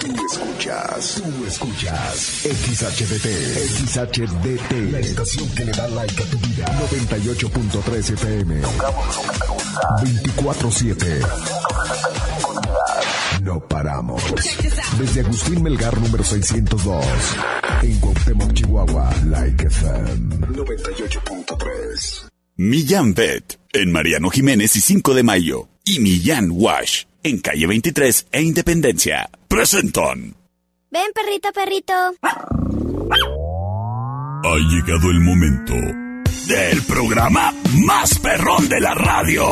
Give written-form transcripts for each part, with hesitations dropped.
Tú escuchas XHDT, la estación que le da like a tu vida. 98.3 FM. Tocamos lo que te gusta. 24/7. No paramos. Desde Agustín Melgar, número 602. En Cuauhtémoc, Chihuahua, Like FM 98.3. Millán Vet, en Mariano Jiménez y 5 de Mayo. Y Millán Wash, en calle 23 e Independencia. Presentan. Ven, perrito, perrito. Ha llegado el momento del programa más perrón de la radio.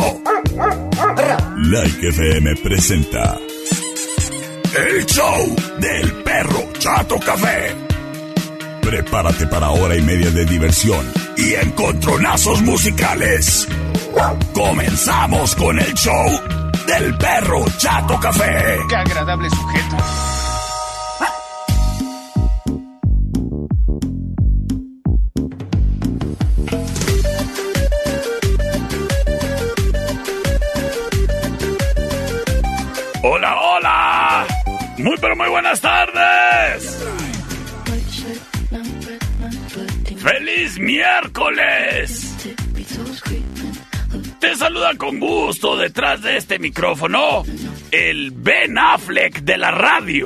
Like FM presenta el show del perro Chato Café. Prepárate para hora y media de diversión y encontronazos musicales. Comenzamos con el show del perro Chato Café. ¡Qué agradable sujeto! ¡Hola, hola! Muy pero muy buenas tardes. ¡Feliz miércoles! Te saluda con gusto detrás de este micrófono el Ben Affleck de la radio.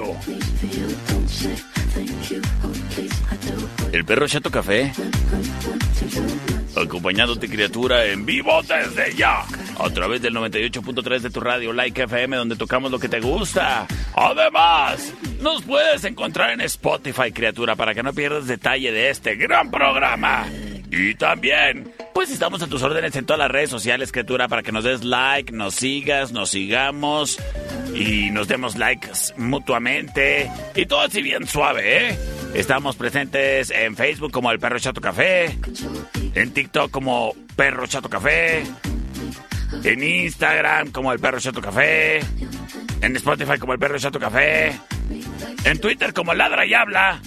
El perro Chato Café, acompañándote, criatura, en vivo desde ya, a través del 98.3 de tu radio Like FM, donde tocamos lo que te gusta. Además, nos puedes encontrar en Spotify, criatura, para que no pierdas detalle de este gran programa. Y también, pues estamos a tus órdenes en todas las redes sociales, criatura, para que nos des like, nos sigas, nos sigamos y nos demos likes mutuamente. Y todo así bien suave, ¿eh? Estamos presentes en Facebook como El Perro Chato Café, en TikTok como Perro Chato Café, en Instagram como El Perro Chato Café, en Spotify como El Perro Chato Café, en Twitter como Ladra y Habla.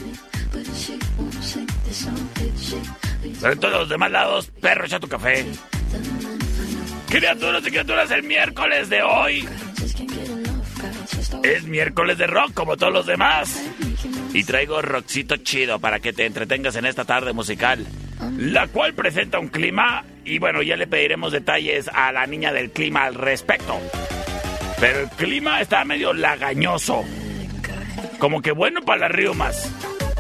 Pero en todos los demás lados, Perro Chato Café. Criaturas y criaturas, el miércoles de hoy es miércoles de rock, como todos los demás. Y traigo rockcito chido para que te entretengas en esta tarde musical, la cual presenta un clima. Y bueno, ya le pediremos detalles a la niña del clima al respecto. Pero el clima está medio lagañoso, como que bueno para las riumas.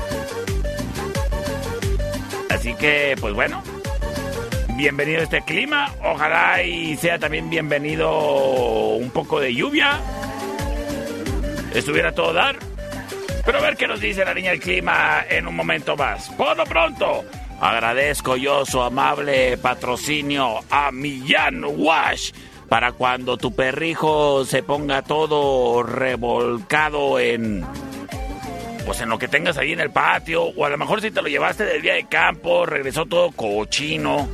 Así que, pues bueno, bienvenido a este clima. Ojalá y sea también bienvenido un poco de lluvia. Estuviera todo dar. Pero a ver qué nos dice la niña del clima en un momento más. Por lo pronto, agradezco yo su amable patrocinio a Millán Wash, para cuando tu perrijo se ponga todo revolcado en... pues en lo que tengas ahí en el patio, o a lo mejor si te lo llevaste del día de campo, regresó todo cochino.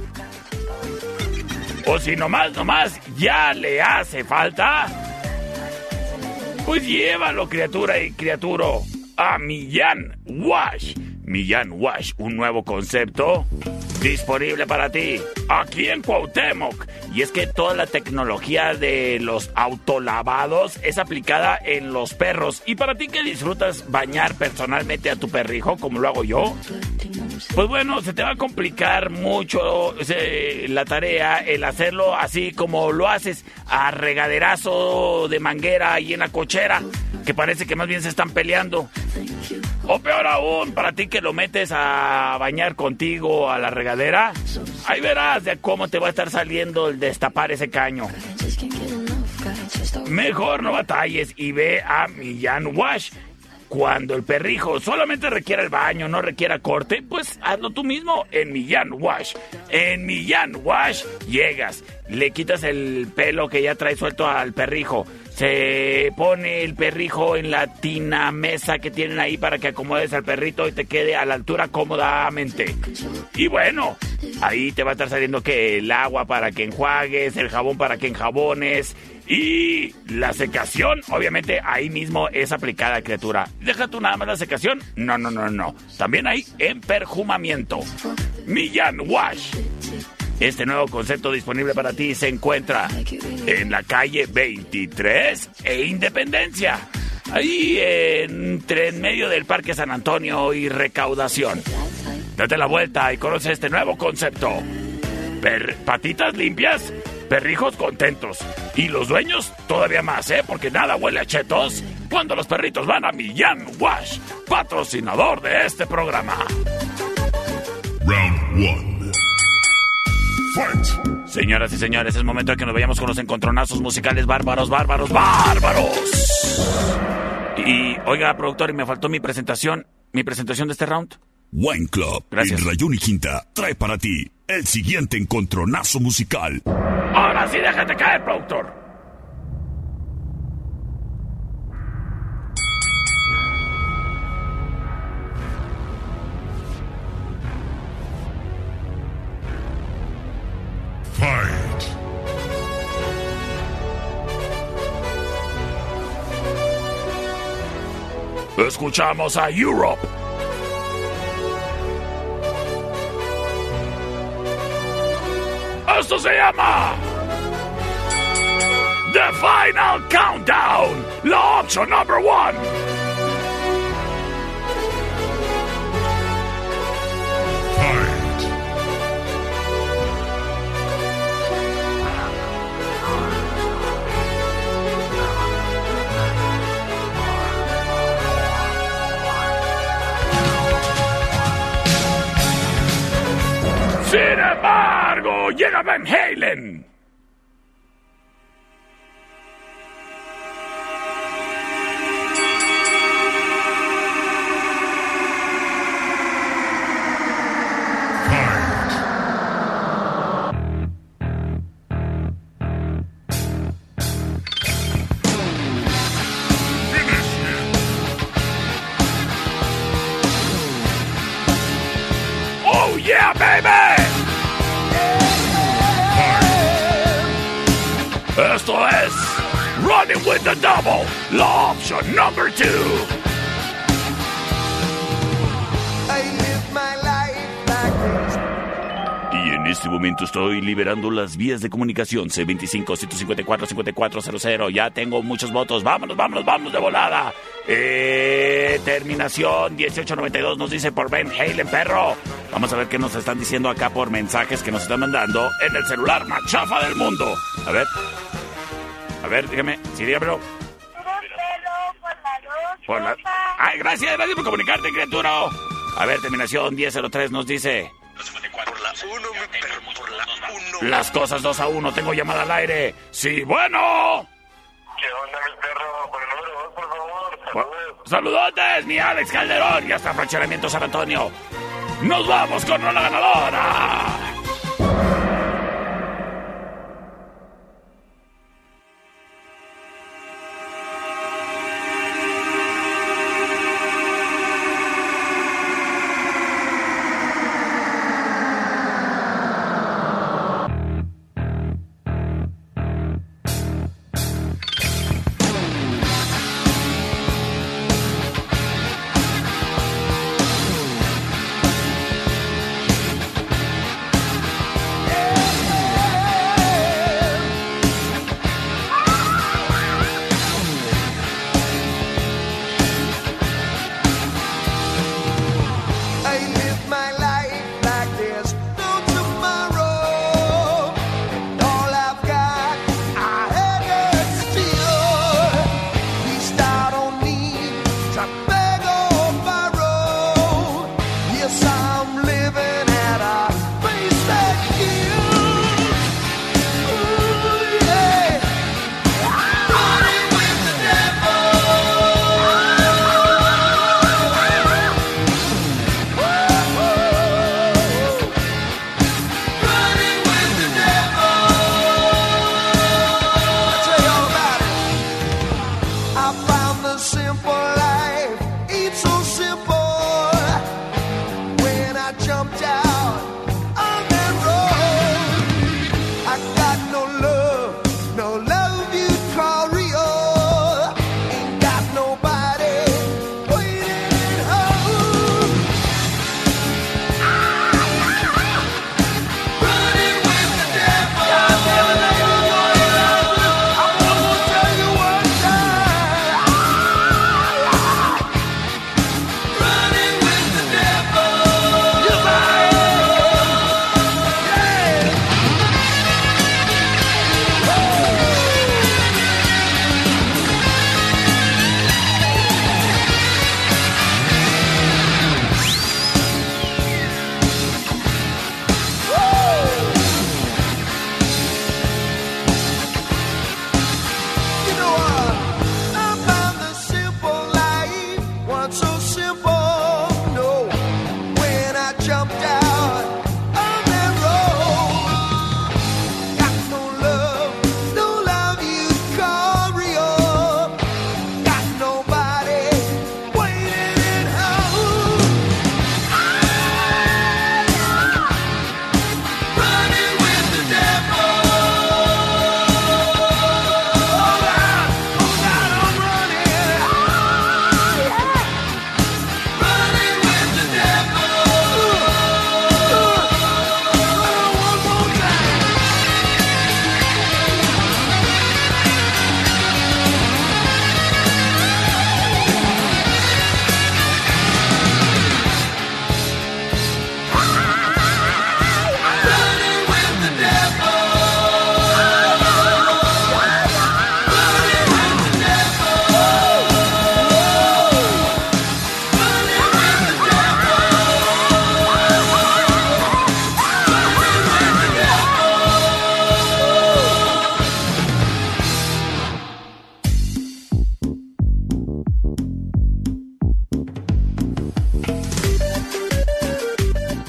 O si nomás ya le hace falta, pues llévalo, criatura y criaturo, a Millán Wash. Millán Wash, un nuevo concepto disponible para ti aquí en Cuauhtémoc. Y es que toda la tecnología de los autolavados es aplicada en los perros. Y para ti que disfrutas bañar personalmente a tu perrijo, como lo hago yo, pues bueno, se te va a complicar mucho la tarea el hacerlo así como lo haces, a regaderazo de manguera ahí en la cochera, que parece que más bien se están peleando. O peor aún, para ti que lo metes a bañar contigo a la regadera, ahí verás de cómo te va a estar saliendo el destapar ese caño. Mejor no batalles y ve a Millán Wash. Cuando el perrijo solamente requiera el baño, no requiera corte, pues hazlo tú mismo en Millán Wash. En Millán Wash llegas, le quitas el pelo que ya trae suelto al perrijo, se pone el perrijo en la tina mesa que tienen ahí para que acomodes al perrito y te quede a la altura cómodamente. Y bueno, ahí te va a estar saliendo que el agua para que enjuagues, el jabón para que enjabones. Y la secación, obviamente, ahí mismo es aplicada, criatura. Deja tú nada más la secación. No. También hay emperjumamiento. Millán Wash. Este nuevo concepto disponible para ti se encuentra en la calle 23 e Independencia. ahí entre en medio del Parque San Antonio y Recaudación. Date la vuelta y conoce este nuevo concepto. Patitas limpias, perrijos contentos. Y los dueños todavía más, porque nada huele a chetos cuando los perritos van a Millán Wash, patrocinador de este programa. Round 1. Fight. Señoras y señores, es momento de que nos vayamos con los encontronazos musicales bárbaros. Y, oiga, productor, y me faltó mi presentación de este round. Wine Club Gracias. en Rayón y Quinta trae para ti el siguiente encontronazo musical. Ahora sí, déjate caer, productor. Fight. Escuchamos a Europe. Esto se llama The Final Countdown, la opción number 1. Fight. Sin embargo, llega Van Halen. Oh yeah, baby. Esto es Running with the Double, la opción number 2. Y en este momento estoy liberando las vías de comunicación. C25-154-5400. Ya tengo muchos votos. Vámonos de volada. Terminación 1892 nos dice por Van Halen, perro. Vamos a ver qué nos están diciendo acá por mensajes que nos están mandando en el celular más chafa del mundo. A ver, dígame. Sí, dígamelo. Ay, gracias por comunicarte, criatura. A ver, terminación 1003 nos dice... Por la 1, mi perro, por la 1. Las cosas 2-1, tengo llamada al aire. Sí, bueno. ¿Qué onda, mi perro? Por el número 2, por favor. Saludos. Saludotes, mi Alex Calderón y hasta Fraccionamiento San Antonio. Nos vamos con la ganadora.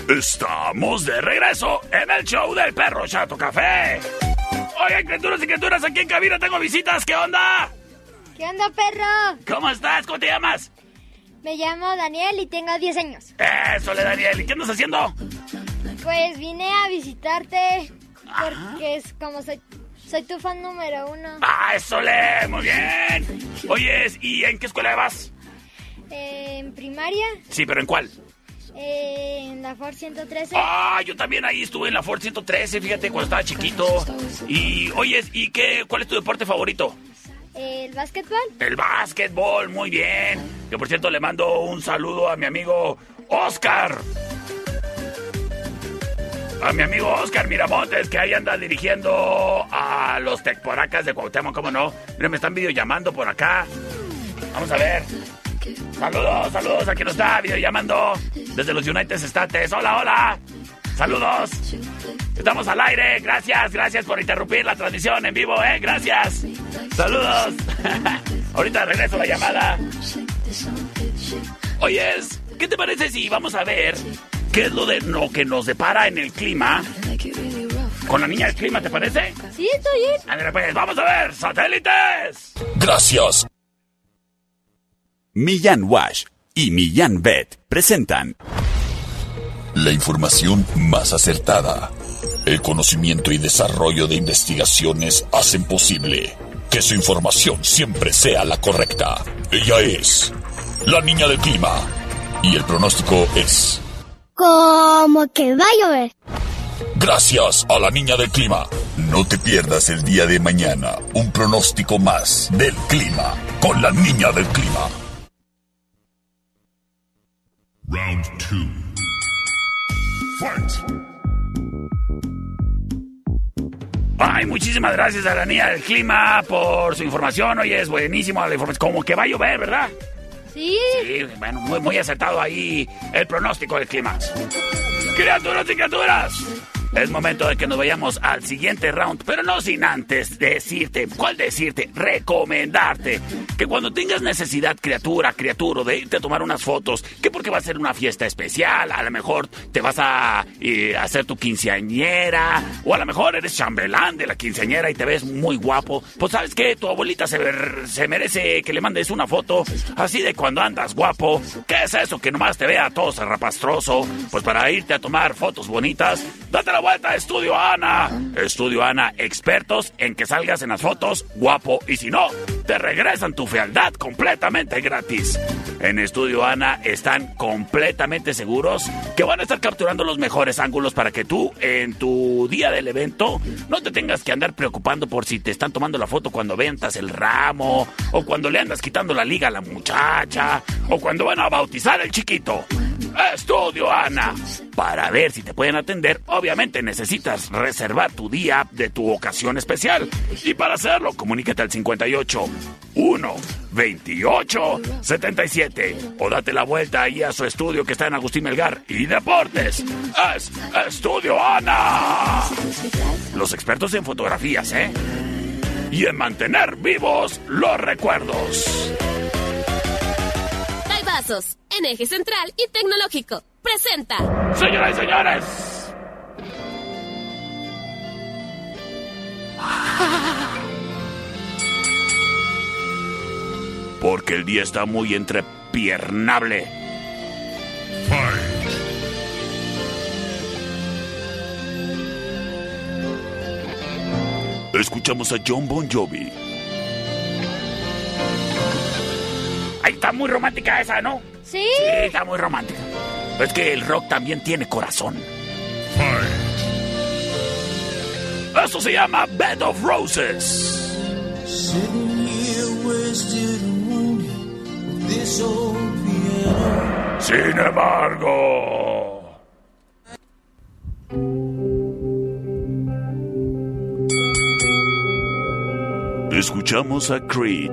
Estamos de regreso en el show del Perro Chato Café. Oigan, criaturas y criaturas, aquí en cabina tengo visitas. ¿Qué onda? ¿Qué onda, perro? ¿Cómo estás? ¿Cómo te llamas? Me llamo Daniel y tengo 10 años. Eso, Daniel. ¿Y qué andas haciendo? Pues vine a visitarte porque es como soy tu fan número 1. Eso, muy bien. Oyes, ¿y en qué escuela vas? En primaria. Sí, ¿pero en cuál? En la Ford 113. Yo también ahí estuve en la Ford 113, fíjate, cuando estaba chiquito. Y, oyes, ¿y cuál es tu deporte favorito? ¿El básquetbol? El básquetbol, muy bien. Que por cierto le mando un saludo a mi amigo Oscar. A mi amigo Oscar Miramontes, que ahí anda dirigiendo a los Tecporacas de Cuauhtémoc, ¿cómo no? Mira, me están videollamando por acá. Vamos a ver. Saludos a quien nos está videollamando desde los United States. Hola. Saludos. Estamos al aire. Gracias por interrumpir la transmisión en vivo, gracias. Saludos. Ahorita regreso la llamada. Oyes, ¿qué te parece si vamos a ver qué es lo que nos depara en el clima? Con la niña del clima, ¿te parece? Sí, estoy bien. A ver, pues, vamos a ver, satélites. Gracias. Millán Wash y Millán Vet presentan La información más acertada. El conocimiento y desarrollo de investigaciones hacen posible que su información siempre sea la correcta. Ella es la niña del clima y el pronóstico es... Como que va a llover. Gracias a la niña del clima. No te pierdas el día de mañana un pronóstico más del clima con la niña del clima. Round 2. Fight. Ay, muchísimas gracias a la niña del clima por su información. Oye, es buenísimo la información. Como que va a llover, ¿verdad? Sí. Sí, bueno, muy acertado ahí el pronóstico del clima. Criaturas y criaturas, es momento de que nos vayamos al siguiente round, pero no sin antes decirte, recomendarte que cuando tengas necesidad, criaturo, de irte a tomar unas fotos, que porque va a ser una fiesta especial, a lo mejor te vas a hacer tu quinceañera, o a lo mejor eres chambelán de la quinceañera y te ves muy guapo, pues ¿sabes qué? Tu abuelita se merece que le mandes una foto así de cuando andas guapo. ¿Qué es eso? Que nomás te vea todo zarrapastroso. Pues para irte a tomar fotos bonitas, date la vuelta a Estudio Ana. Estudio Ana, expertos en que salgas en las fotos guapo, y si no, te regresan tu fealdad completamente gratis. En Estudio Ana están completamente seguros que van a estar capturando los mejores ángulos para que tú, en tu día del evento, no te tengas que andar preocupando por si te están tomando la foto cuando ventas el ramo, o cuando le andas quitando la liga a la muchacha, o cuando van a bautizar el chiquito. Estudio Ana. Para ver si te pueden atender, obviamente necesitas reservar tu día de tu ocasión especial. Y para hacerlo, comunícate al 58 1 28 77 o date la vuelta ahí a su estudio que está en Agustín Melgar y Deportes. Es Estudio Ana. Los expertos en fotografías, y en mantener vivos los recuerdos. Vasos, en Eje Central y Tecnológico, presenta. Señoras y señores, porque el día está muy entrepiernable. Fight. Escuchamos a John Bon Jovi. Ahí está muy romántica esa, ¿no? Sí. Sí, está muy romántica. Es que el rock también tiene corazón. Fight. Eso se llama Bed of Roses. Sin embargo, escuchamos a Creed.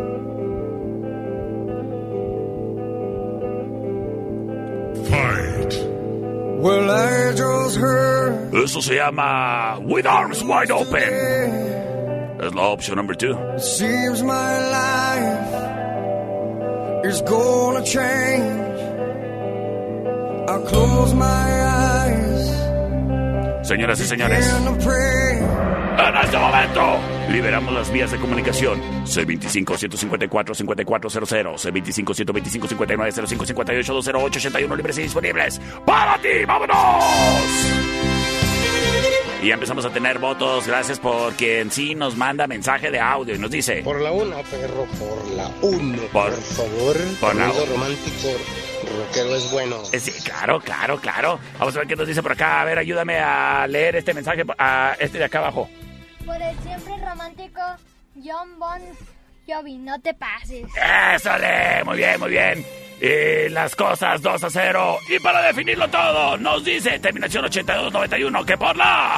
Fight. Well, I just heard. Eso se llama With Arms Wide Open. Es la opción número 2. It seems my life is gonna change. I close my eyes. Señoras y señores, And I pray. en este momento liberamos las vías de comunicación. C25-154-5400, C25-125-59-05-58-208-81 libres y disponibles para ti. ¡Vámonos! Y ya empezamos a tener votos. Gracias por quien sí nos manda mensaje de audio y nos dice: Por la 1, perro, por la 1, por favor. Por la Sonido romántico, rockero es bueno. Sí, claro. Vamos a ver qué nos dice por acá. A ver, ayúdame a leer este mensaje, a este de acá abajo. Por el siempre romántico John Bon Jovi, no te pases. ¡Ésale! Muy bien. Y las cosas 2-0. Y para definirlo todo, nos dice terminación 8291 que por la...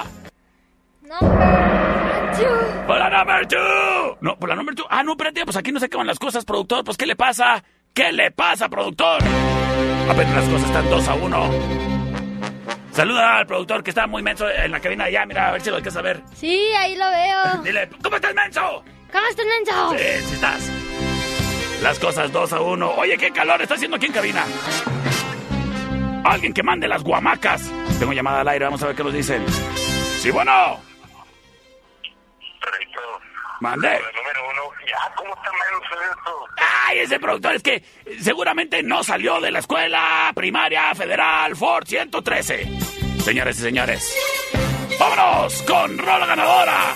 Number 2. ¡Por la number 2! No, por la number 2. Ah, no, espérate, pues aquí no se acaban las cosas, productor. Pues, ¿qué le pasa? ¿Qué le pasa, productor? Apenas las cosas están 2-1. Saluda al productor que está muy menso en la cabina allá. Mira, a ver si lo alcanzas a ver. Sí, ahí lo veo. Dile, ¿cómo estás, menso? ¿Cómo estás, Nenzo? Sí estás. Las cosas 2-1. Oye, qué calor está haciendo aquí en cabina. Alguien que mande las guamacas. Tengo llamada al aire, vamos a ver qué nos dicen. Sí, bueno. Perrito. Mande. El número 1. Ya, ¿cómo está menos esto? Ay, ese productor es que seguramente no salió de la escuela primaria federal Ford 113. Señores y señores, vámonos con rola ganadora.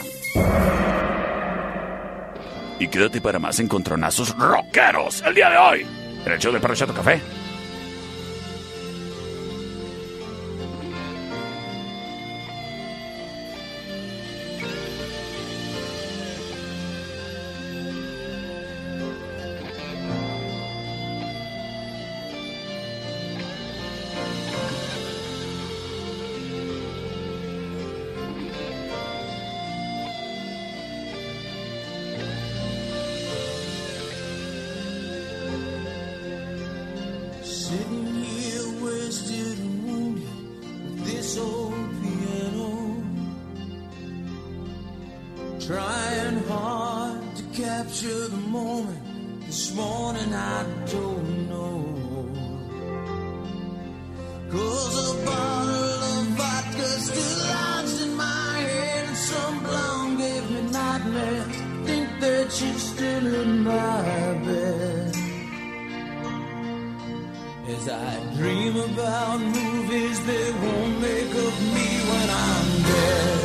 Y quédate para más encontronazos rockeros el día de hoy en el show de Perro Chato Café. Sitting here wasted and wounded with this old piano, trying hard to capture the moment. This morning I don't know, 'cause a bottle of vodka still lodged in my head, and some blonde gave me nightmares. Think that she's still in my bed as I dream about movies they won't make of me when I'm dead.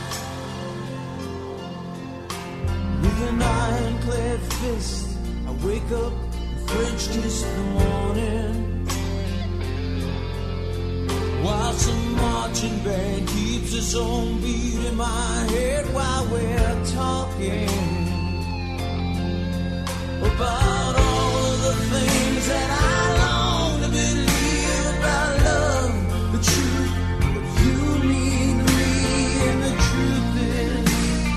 With an ironclad fist, I wake up and French kiss the morning, while some marching band keeps its own beat in my head while we're talking about all of the things that I long to believe about love, the truth, what you mean to me, and the truth is,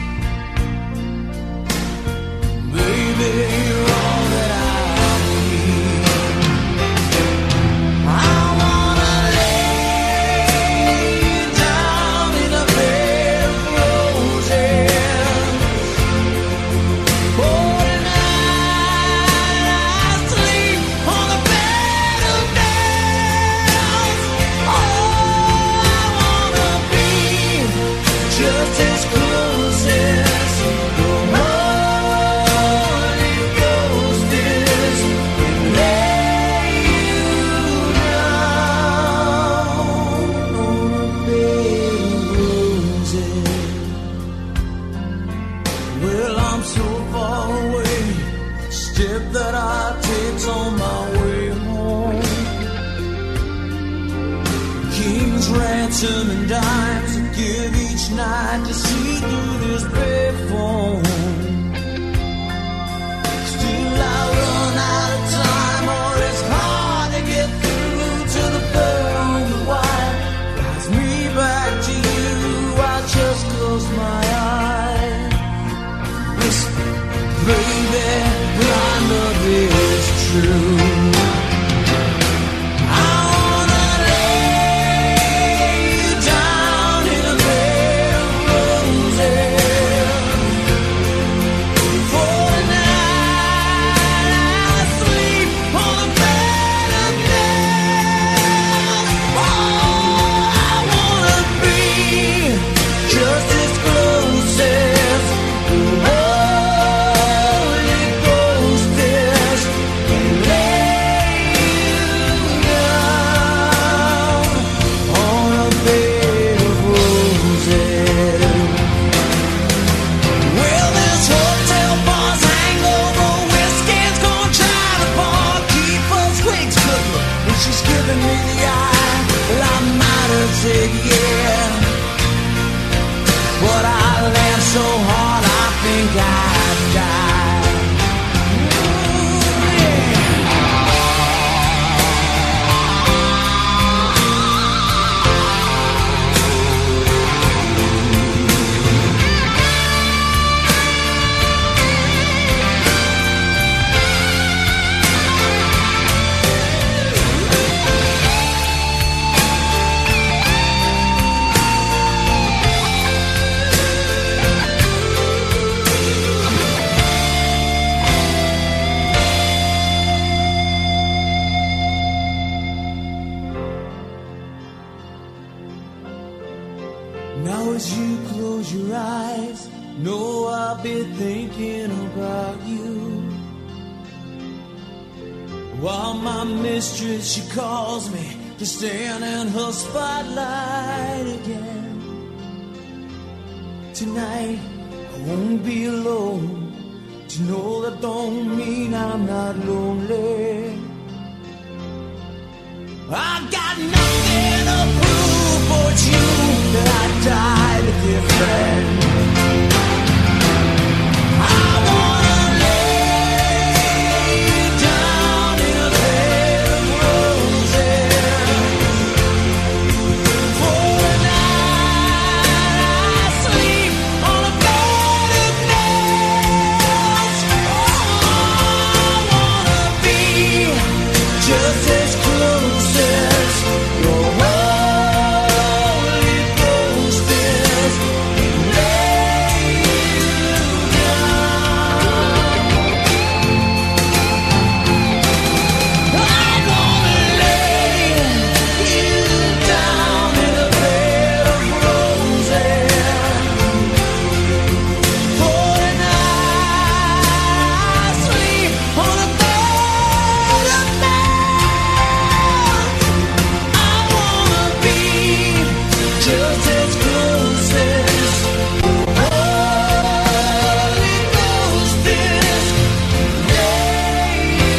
baby, you're all that I need. I wanna lay you down in a bed of roses. Oh, just as close as the Holy Ghost is, and lay you down on a bed of roses. Well, I'm so far away, the step that I take's on my way home. King's ransom and dimes I give each night to see through this payphone. Still I run out of time, or it's hard to get through to the girl in the white. Flies me back to you, I just close my eyes. Whisper, baby, I know this is true. as you close your eyes, know I'll be thinking about you. While my mistress, she calls me to stand in her spotlight again. Tonight, I won't be alone. To know that don't mean I'm not lonely. I got nothing to prove but you that I died a dear friend. I wanna lay down in a bed of roses. For the night I sleep on a bed of nails. Oh, I wanna be just as close as your Holy Ghost is. Lay you down. I wanna lay you down in a bed of roses. For the night I sleep on a bed of nails. I wanna be just as close as Holy Ghost is. Lay you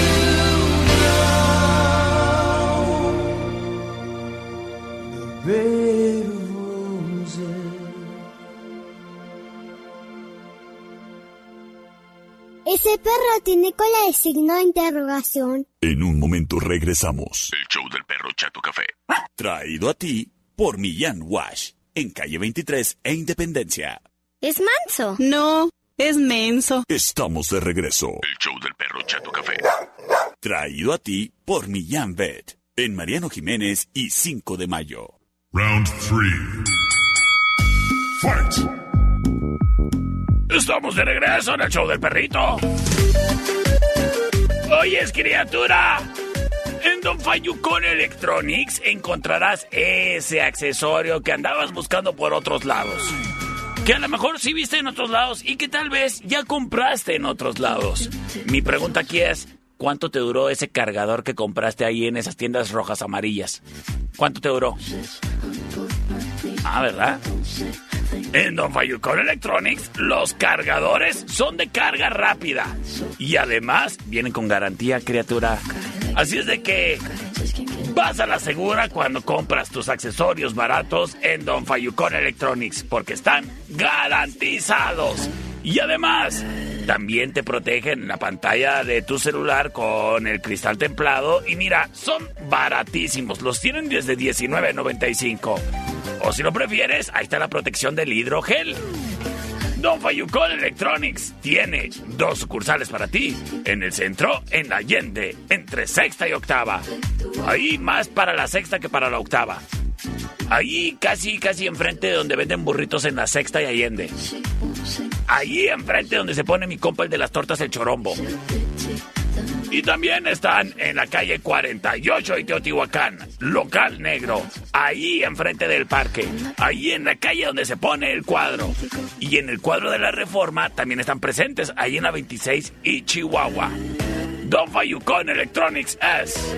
down, a bed of roses. Ese perro tiene cola de signo de interrogación. En un momento regresamos. El show del perro Chato Café. Traído a ti por Millán Wash. En calle 23 e Independencia. Es manso. No, es menso. Estamos de regreso. El show del perro Chato Café. Traído a ti por Millán Vet. En Mariano Jiménez y 5 de mayo. Round 3. Fight! Estamos de regreso en el show del perrito. Oyes, criatura, en Don Fayucón Electronics encontrarás ese accesorio que andabas buscando por otros lados, que a lo mejor sí viste en otros lados y que tal vez ya compraste en otros lados. Mi pregunta aquí es, ¿cuánto te duró ese cargador que compraste ahí en esas tiendas rojas amarillas? ¿Cuánto te duró? Ah, ¿verdad? En Don Fayucón Electronics, los cargadores son de carga rápida y además vienen con garantía, criatura. Así es de que vas a la segura cuando compras tus accesorios baratos en Don Fayucón Electronics, porque están garantizados. Y además, también te protegen la pantalla de tu celular con el cristal templado. Y mira, son baratísimos. Los tienen desde $19.95. O si lo prefieres, ahí está la protección del hidrogel. Don Fayucón Electronics tiene 2 sucursales para ti. En el centro, en la Allende, entre 6ª y 8ª. Ahí más para la 6ª que para la 8ª. Ahí casi enfrente de donde venden burritos en la 6ª y Allende. Ahí enfrente donde se pone mi compa el de las tortas El Chorombo. Y también están en la calle 48 y Teotihuacán, local negro, ahí enfrente del parque, ahí en la calle donde se pone el cuadro. Y en el cuadro de la Reforma también están presentes, ahí en la 26 y Chihuahua. Don Fayucón Electronics es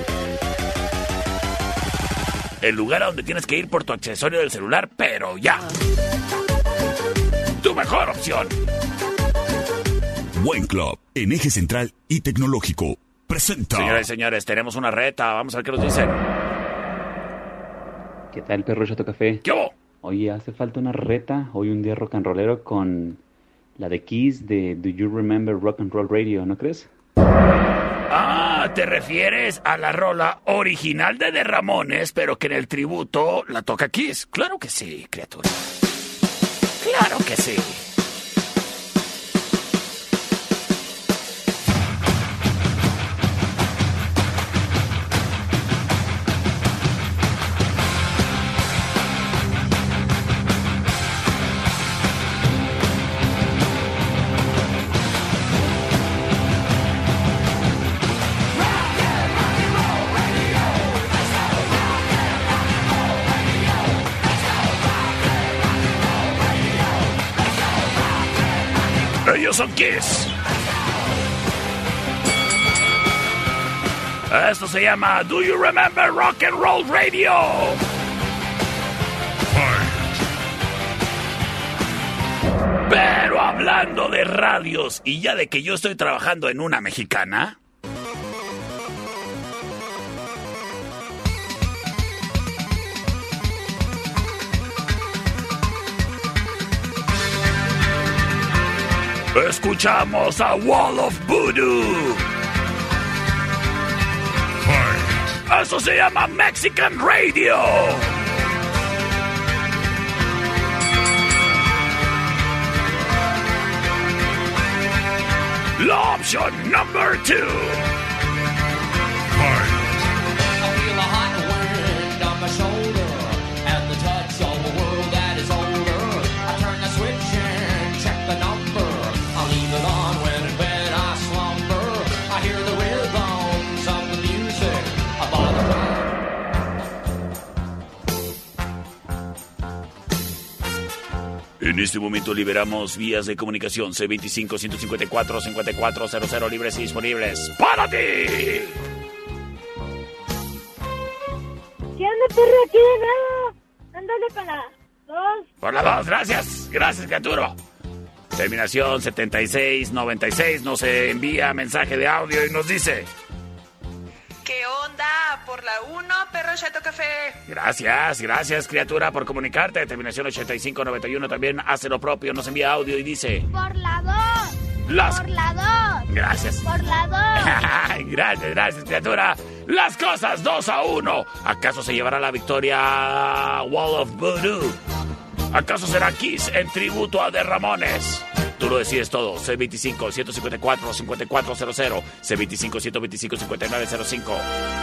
el lugar a donde tienes que ir por tu accesorio del celular, pero ya. Tu mejor opción. Buen Club, en Eje Central y Tecnológico, presenta. Señoras y señores, tenemos una reta. Vamos a ver qué nos dicen. ¿Qué tal, perro Chato Café? ¿Qué hubo? Oye, hace falta una reta. Hoy un día rock and rollero con la de Kiss de Do You Remember Rock and Roll Radio, ¿no crees? Ah, ¿te refieres a la rola original de Ramones, pero que en el tributo la toca Kiss? Claro que sí, criatura. Claro que sí. Ellos son Kiss. Esto se llama Do You Remember Rock and Roll Radio? Pero hablando de radios y ya de que yo estoy trabajando en una mexicana, escuchamos a Wall of Voodoo. Eso se llama Mexican Radio. La opción number 2. I feel a hot wind on my shoulder and the touch of a world that is older. I turn the switch and check the number. I'll leave it on when in bed I slumber. I hear the rhythms of the music about En este momento liberamos vías de comunicación C25-154-5400 libres y disponibles para ti. ¿Qué onda, perro? Aquí de nuevo. Ándale con la 2. Por la 2, gracias. Gracias, criatura. Terminación 7696 nos envía mensaje de audio y nos dice: ¿qué onda? Por la 1, perro Chato Café. Gracias, criatura, por comunicarte. Terminación 8591 también hace lo propio, nos envía audio y dice: Por la 2. Por la 2. Gracias. Por la 2. Gracias, criatura. Las cosas 2-1. ¿Acaso se llevará la victoria Wall of Voodoo? ¿Acaso será Kiss en tributo a The Ramones? Tú lo decides todo. C25-154-5400. C25-125-5905.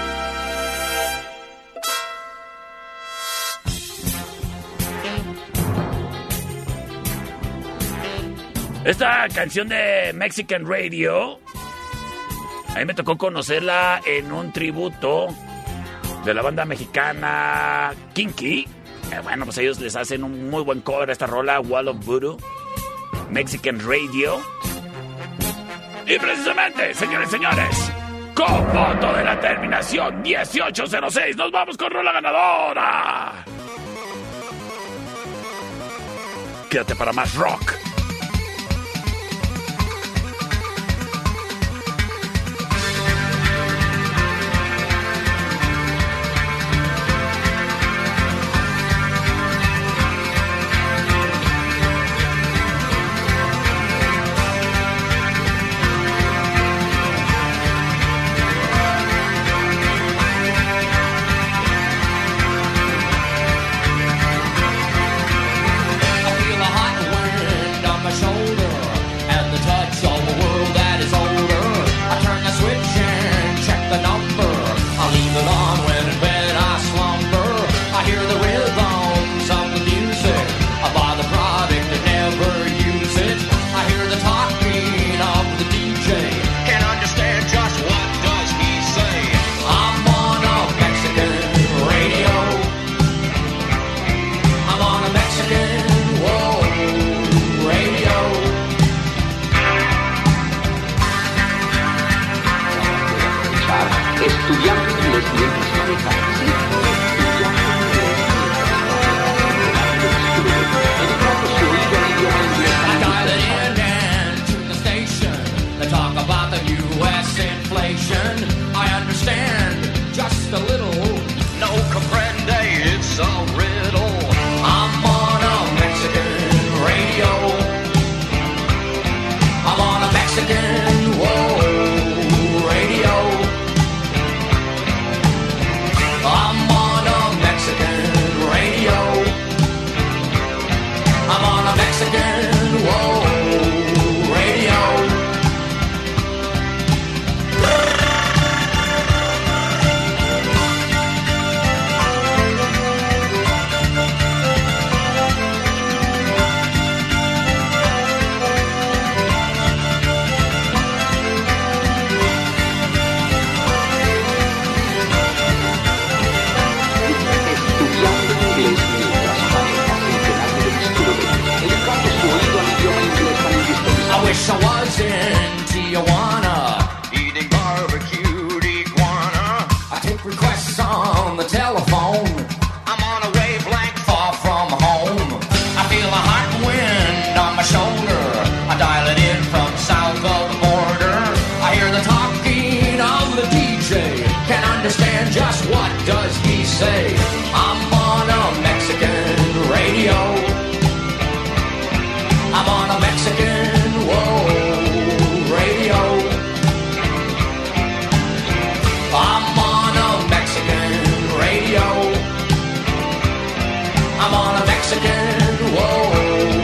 Esta canción de Mexican Radio, a mí me tocó conocerla en un tributo de la banda mexicana Kinky. Bueno, pues ellos les hacen un muy buen cover a esta rola, Wall of Voodoo, Mexican Radio. Y precisamente, señores, con voto de la terminación 1806, nos vamos con rola ganadora. Quédate para más rock. I'm on a say I'm on a Mexican radio. I'm on a Mexican, whoa, radio. I'm on a Mexican radio. I'm on a Mexican, whoa.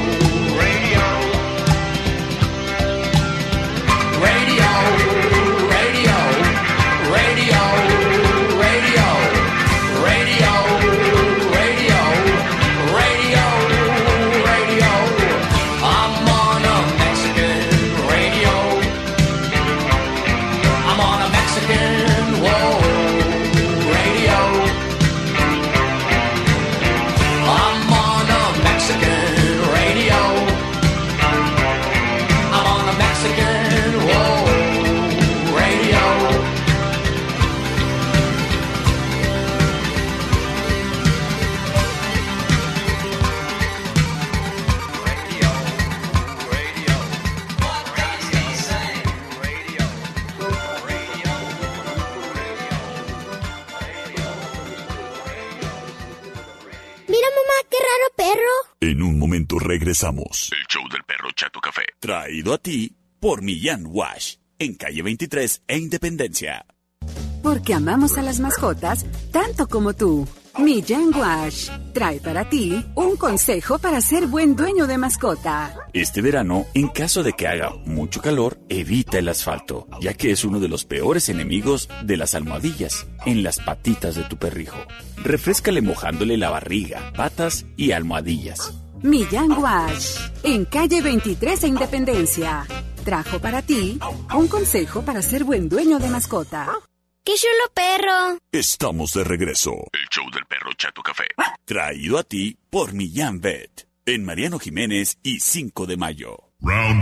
En un momento regresamos. El show del perro Chato Café. Traído a ti por Millán Wash. En calle 23 e Independencia. Porque amamos a las mascotas tanto como tú. Millán Wash trae para ti un consejo para ser buen dueño de mascota. Este verano, en caso de que haga mucho calor, evita el asfalto, ya que es uno de los peores enemigos de las almohadillas en las patitas de tu perrijo. Refréscale mojándole la barriga, patas y almohadillas. Millán Wash, en calle 23 e Independencia, trajo para ti un consejo para ser buen dueño de mascota. ¡Qué chulo perro! Estamos de regreso. El show del perro Chato Café. Traído a ti por Millán Vet. En Mariano Jiménez y 5 de Mayo. Round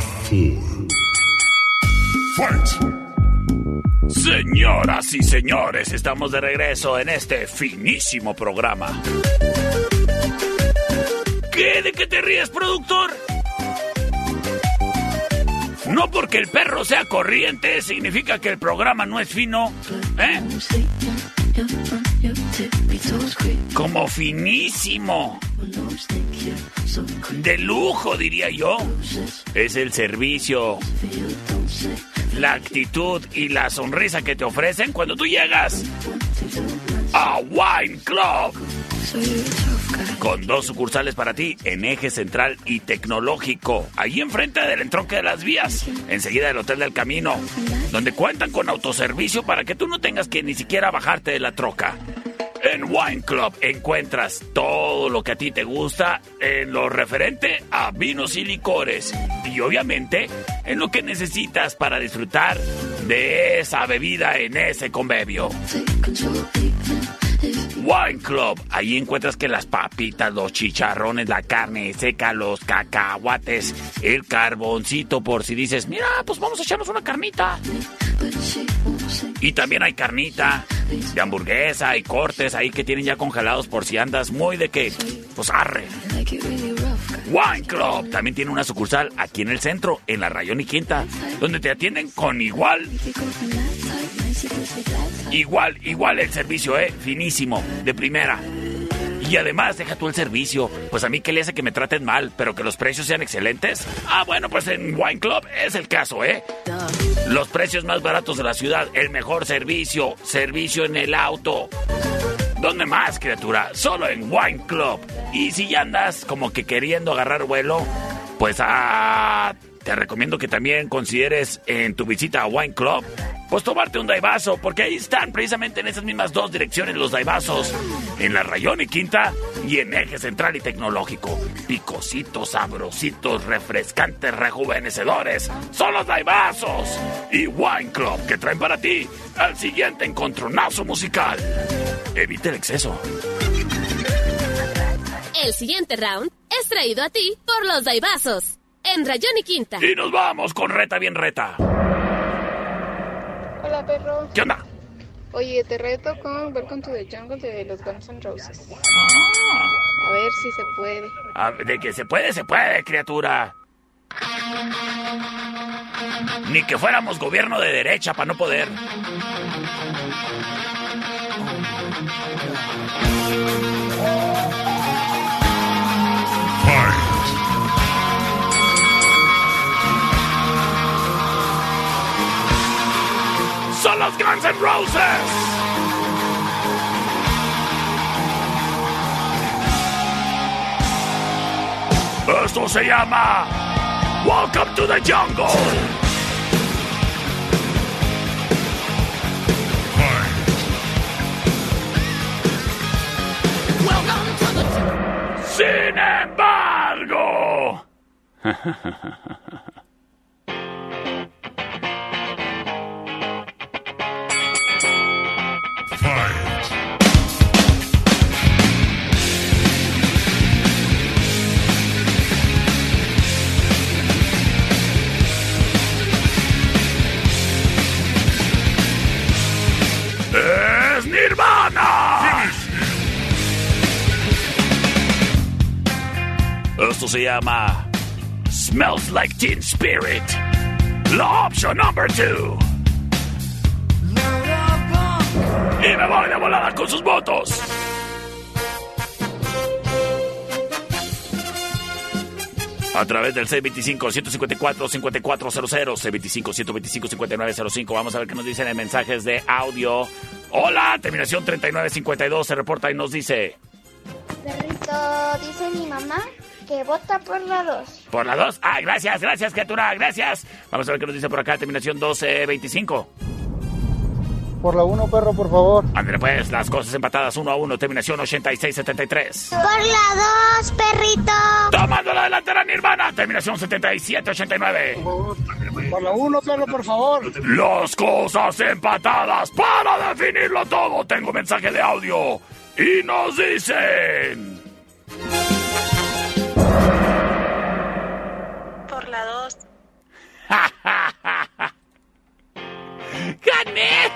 4. Fight! Señoras y señores, estamos de regreso en este finísimo programa. ¿Qué? ¿De qué te ríes, productor? No porque el perro sea corriente significa que el programa no es fino, ¿eh? Como finísimo. De lujo, diría yo. Es el servicio, la actitud y la sonrisa que te ofrecen cuando tú llegas a Wine Club. Con 2 sucursales para ti en Eje Central y Tecnológico, ahí enfrente del entronque de las vías, enseguida del Hotel del Camino, donde cuentan con autoservicio para que tú no tengas que ni siquiera bajarte de la troca. En Wine Club encuentras todo lo que a ti te gusta en lo referente a vinos y licores, y obviamente en lo que necesitas para disfrutar de esa bebida en ese convivio. Wine Club, ahí encuentras que las papitas, los chicharrones, la carne seca, los cacahuates, el carboncito por si dices, mira, pues vamos a echarnos una carnita. Y también hay carnita de hamburguesa, hay cortes ahí que tienen ya congelados por si andas muy de que, pues arre. Wine Club también tiene una sucursal aquí en el centro, en la Rayón y Quinta, donde te atienden con igual el servicio, finísimo, de primera. Y además, deja tú el servicio, pues a mí que le hace que me traten mal, pero que los precios sean excelentes. Ah, bueno, pues en Wine Club es el caso, Los precios más baratos de la ciudad, el mejor servicio en el auto. ¿Dónde más, criatura? Solo en Wine Club. Y si ya andas como que queriendo agarrar vuelo, pues te recomiendo que también consideres en tu visita a Wine Club, pues tomarte un daivazo, porque ahí están precisamente en esas mismas 2 direcciones los daivazos, en la Rayón y Quinta y en Eje Central y Tecnológico. Picositos, sabrositos, refrescantes, rejuvenecedores, son los daivazos. Y Wine Club, que traen para ti el siguiente encontronazo musical. Evita el exceso. El siguiente round es traído a ti por los daivazos, en Rayón y Quinta. Y nos vamos con Reta Bien Reta. Hola, perro. ¿Qué onda? Oye, te reto con Welcome to the Jungle de los Guns N' Roses. A ver si se puede. De que se puede, criatura. Ni que fuéramos gobierno de derecha para no poder. Son los Guns N' Roses. Esto se llama Welcome to the Jungle. Welcome to the jungle. Sin embargo. ¡Es Nirvana! Esto se llama Smells Like Teen Spirit. La opción number 2. Y me voy de volada con sus votos. A través del C25-154-5400, C25-125-5905. Vamos a ver qué nos dicen en mensajes de audio. Hola, terminación 3952 se reporta y nos dice... Perrito, dice mi mamá que vota por la 2. ¿Por la 2? Ah, gracias, criatura, gracias. Vamos a ver qué nos dice por acá, terminación 1225. Por la 1, perro, por favor. Ándale pues, las cosas empatadas 1-1, terminación 8673. Por la 2, perrito. Tomando la delantera Nirvana, terminación 7789. Por la 1, perro, por favor. Las cosas empatadas para definirlo todo. Tengo mensaje de audio y nos dicen... Por la 2. ¡Gané!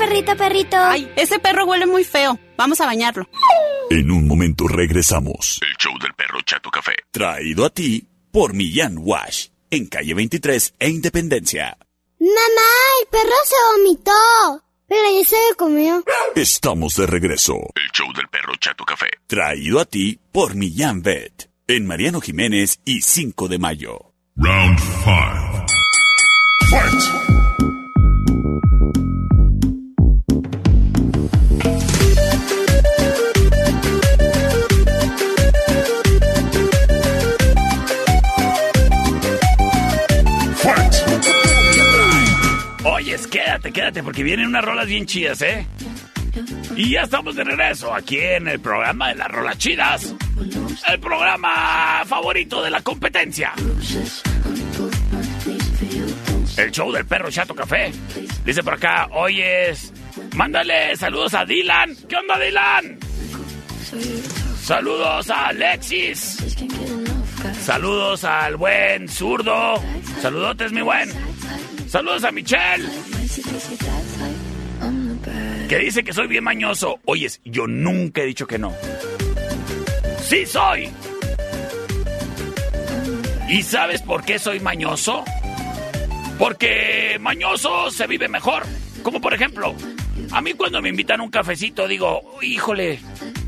perrito. Ay, ese perro huele muy feo. Vamos a bañarlo. En un momento regresamos. El show del perro Chato Café. Traído a ti por Millán Wash. En calle 23 e Independencia. Mamá, el perro se vomitó. Pero ya se lo comió. Estamos de regreso. El show del perro Chato Café. Traído a ti por Millán Vet. En Mariano Jiménez y 5 de Mayo. Round 5. Fight! Oyes, quédate, porque vienen unas rolas bien chidas, ¿eh? Y ya estamos de regreso aquí en el programa de las rolas chidas. El programa favorito de la competencia. El show del perro Chato Café. Dice por acá, oyes, mándale saludos a Dylan. ¿Qué onda, Dylan? Saludos a Alexis. Saludos al buen zurdo. Saludotes, mi buen. Saludos a Michelle, que dice que soy bien mañoso. Oyes, yo nunca he dicho que no. ¡Sí soy! ¿Y sabes por qué soy mañoso? Porque mañoso se vive mejor. Como por ejemplo, a mí cuando me invitan a un cafecito digo, híjole,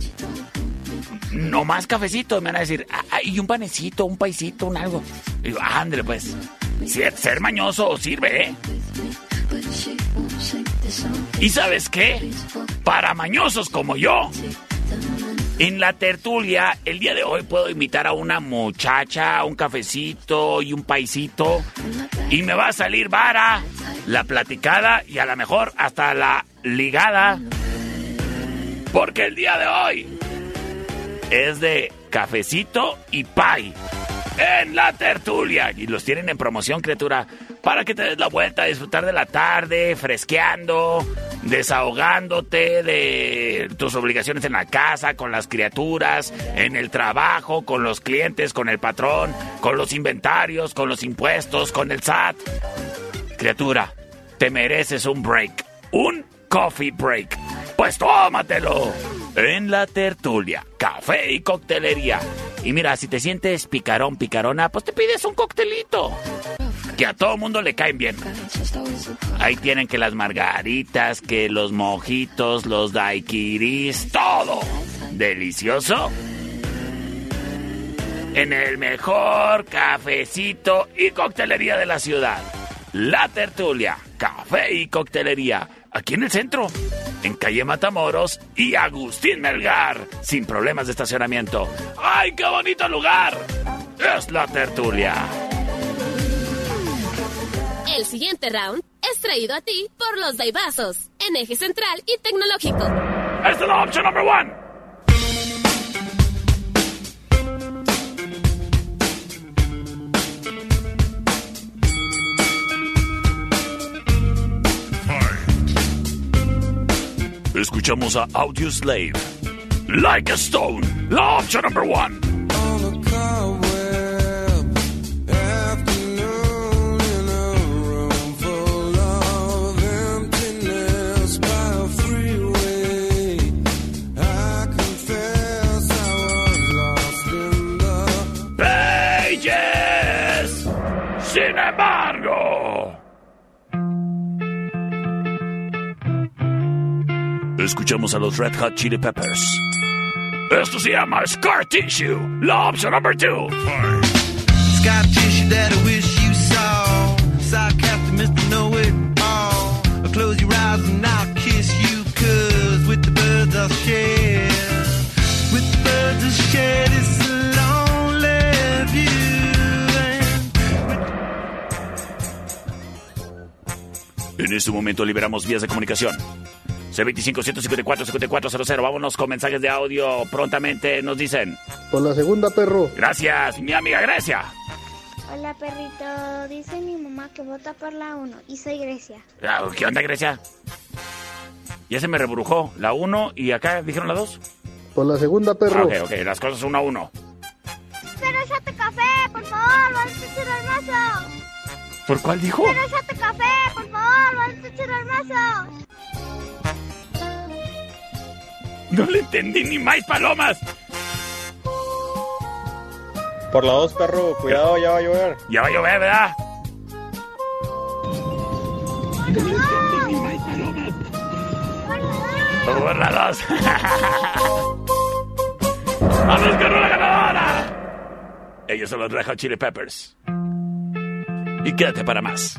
no más cafecito. Me van a decir, y un panecito, un paisito, un algo. Y digo, ándale pues. Ser mañoso sirve, ¿eh? ¿Y sabes qué? Para mañosos como yo, en la tertulia, el día de hoy puedo invitar a una muchacha, un cafecito y un paisito, y me va a salir vara la platicada y a lo mejor hasta la ligada, porque el día de hoy es de cafecito y pay en la tertulia, y los tienen en promoción, criatura, para que te des la vuelta a disfrutar de la tarde, fresqueando, desahogándote de tus obligaciones en la casa, con las criaturas, en el trabajo, con los clientes, con el patrón, con los inventarios, con los impuestos, con el SAT. Criatura, te mereces un break, un coffee break. Pues tómatelo en la tertulia, café y coctelería. Y mira, si te sientes picarona, pues te pides un coctelito, que a todo mundo le caen bien. Ahí tienen que las margaritas, que los mojitos, los daiquiris, todo delicioso en el mejor cafecito y coctelería de la ciudad. La tertulia, café y coctelería, aquí en el centro, en calle Matamoros y Agustín Melgar, sin problemas de estacionamiento. ¡Ay, qué bonito lugar! Es la tertulia. El siguiente round es traído a ti por los Daibazos, en Eje Central y Tecnológico. Esta es la opción number 1. Escuchamos a Audioslave, Like a Stone, la opción number 1. Pages, sin embargo. Escuchamos a los Red Hot Chili Peppers. Esto se llama Scar Tissue, la opción number 2. Scar tissue that I wish you saw. Sarcastic Mr. Know-It-All. Close your eyes and I'll kiss you, 'cause with the birds I'll share. With the birds I'll share this lonely view. En este momento liberamos vías de comunicación. C25-154-5400. Vámonos con mensajes de audio prontamente. Nos dicen: Por la segunda, perro. Gracias, mi amiga Grecia. Hola, perrito. Dice mi mamá que vota por la 1 y soy Grecia. ¿Qué onda, Grecia? Ya se me rebrujó la 1 y acá dijeron la 2. Por la segunda, perro. Ok, las cosas 1-1. Pero échate café, por favor, vas a echar al mazo. ¿Por cuál dijo? Pero échate café, por favor, vas a echar al mazo. No le entendí ni más palomas. Por la 2, perro, cuidado, ya va a llover. Ya va a llover, ¿verdad? Por la 2. ¡Vamos con una ganadora! Ellos son los Red Hot Chili Peppers. Y quédate para más.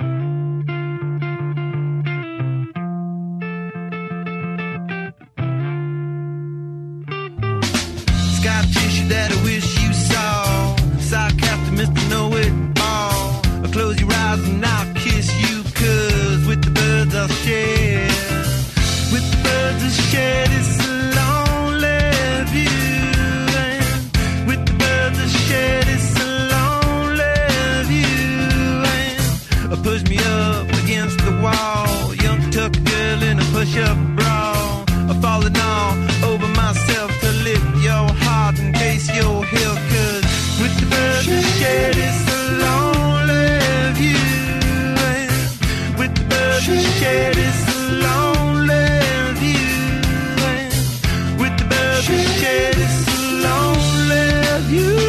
Sky tissue that I wish you saw. Sarcastic Mr. Know-It-All. Close your eyes and I'll kiss you, 'cause with the birds I'll share. With the birds I'll share this lonely view. And with the birds I'll share this lonely view. And push me up against the wall. Young tuck girl in a push-up bra. Falling all over myself to lift your heart in case you're here. 'Cause with the birds I'll share this lonely view. And with the birds I'll share this lonely view. And with the birds I'll share this lonely view.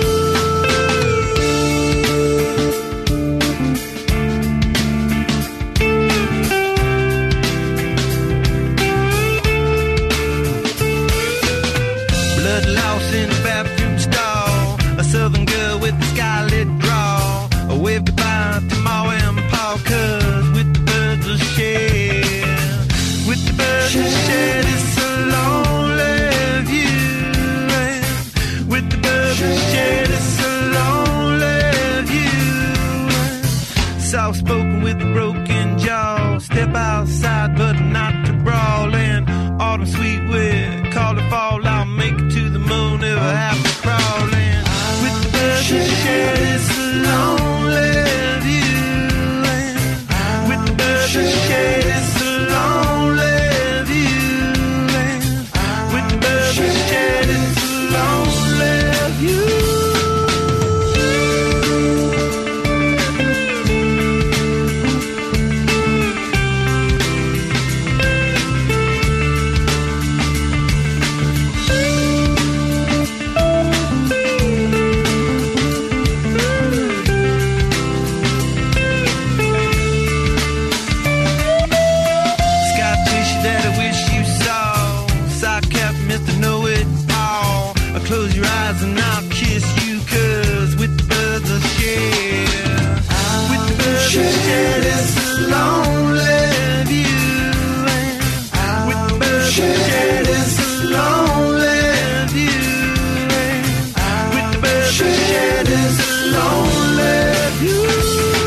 Blood lost in a bathroom stall. A southern girl with a scarlet draw. A wave goodbye to Ma and Pa, 'cause with the birds will share. With the birds will share this lonely view. And with the birds will share this lonely view. Soft spoken with a broken jaw. Step outside but not to brawl. And autumn sweet wind, call it fall. I'll make it to the moon if I have to crawl in. With the birds that share this lonely view. And with the birds that share this lonely view. And with the birds that share this lonely view. Close your eyes and I'll kiss you, 'cause with the birds I'll share. With the birds I'll share this lonely view. And with the birds I'll share this lonely view. And with the birds I'll share this lonely view.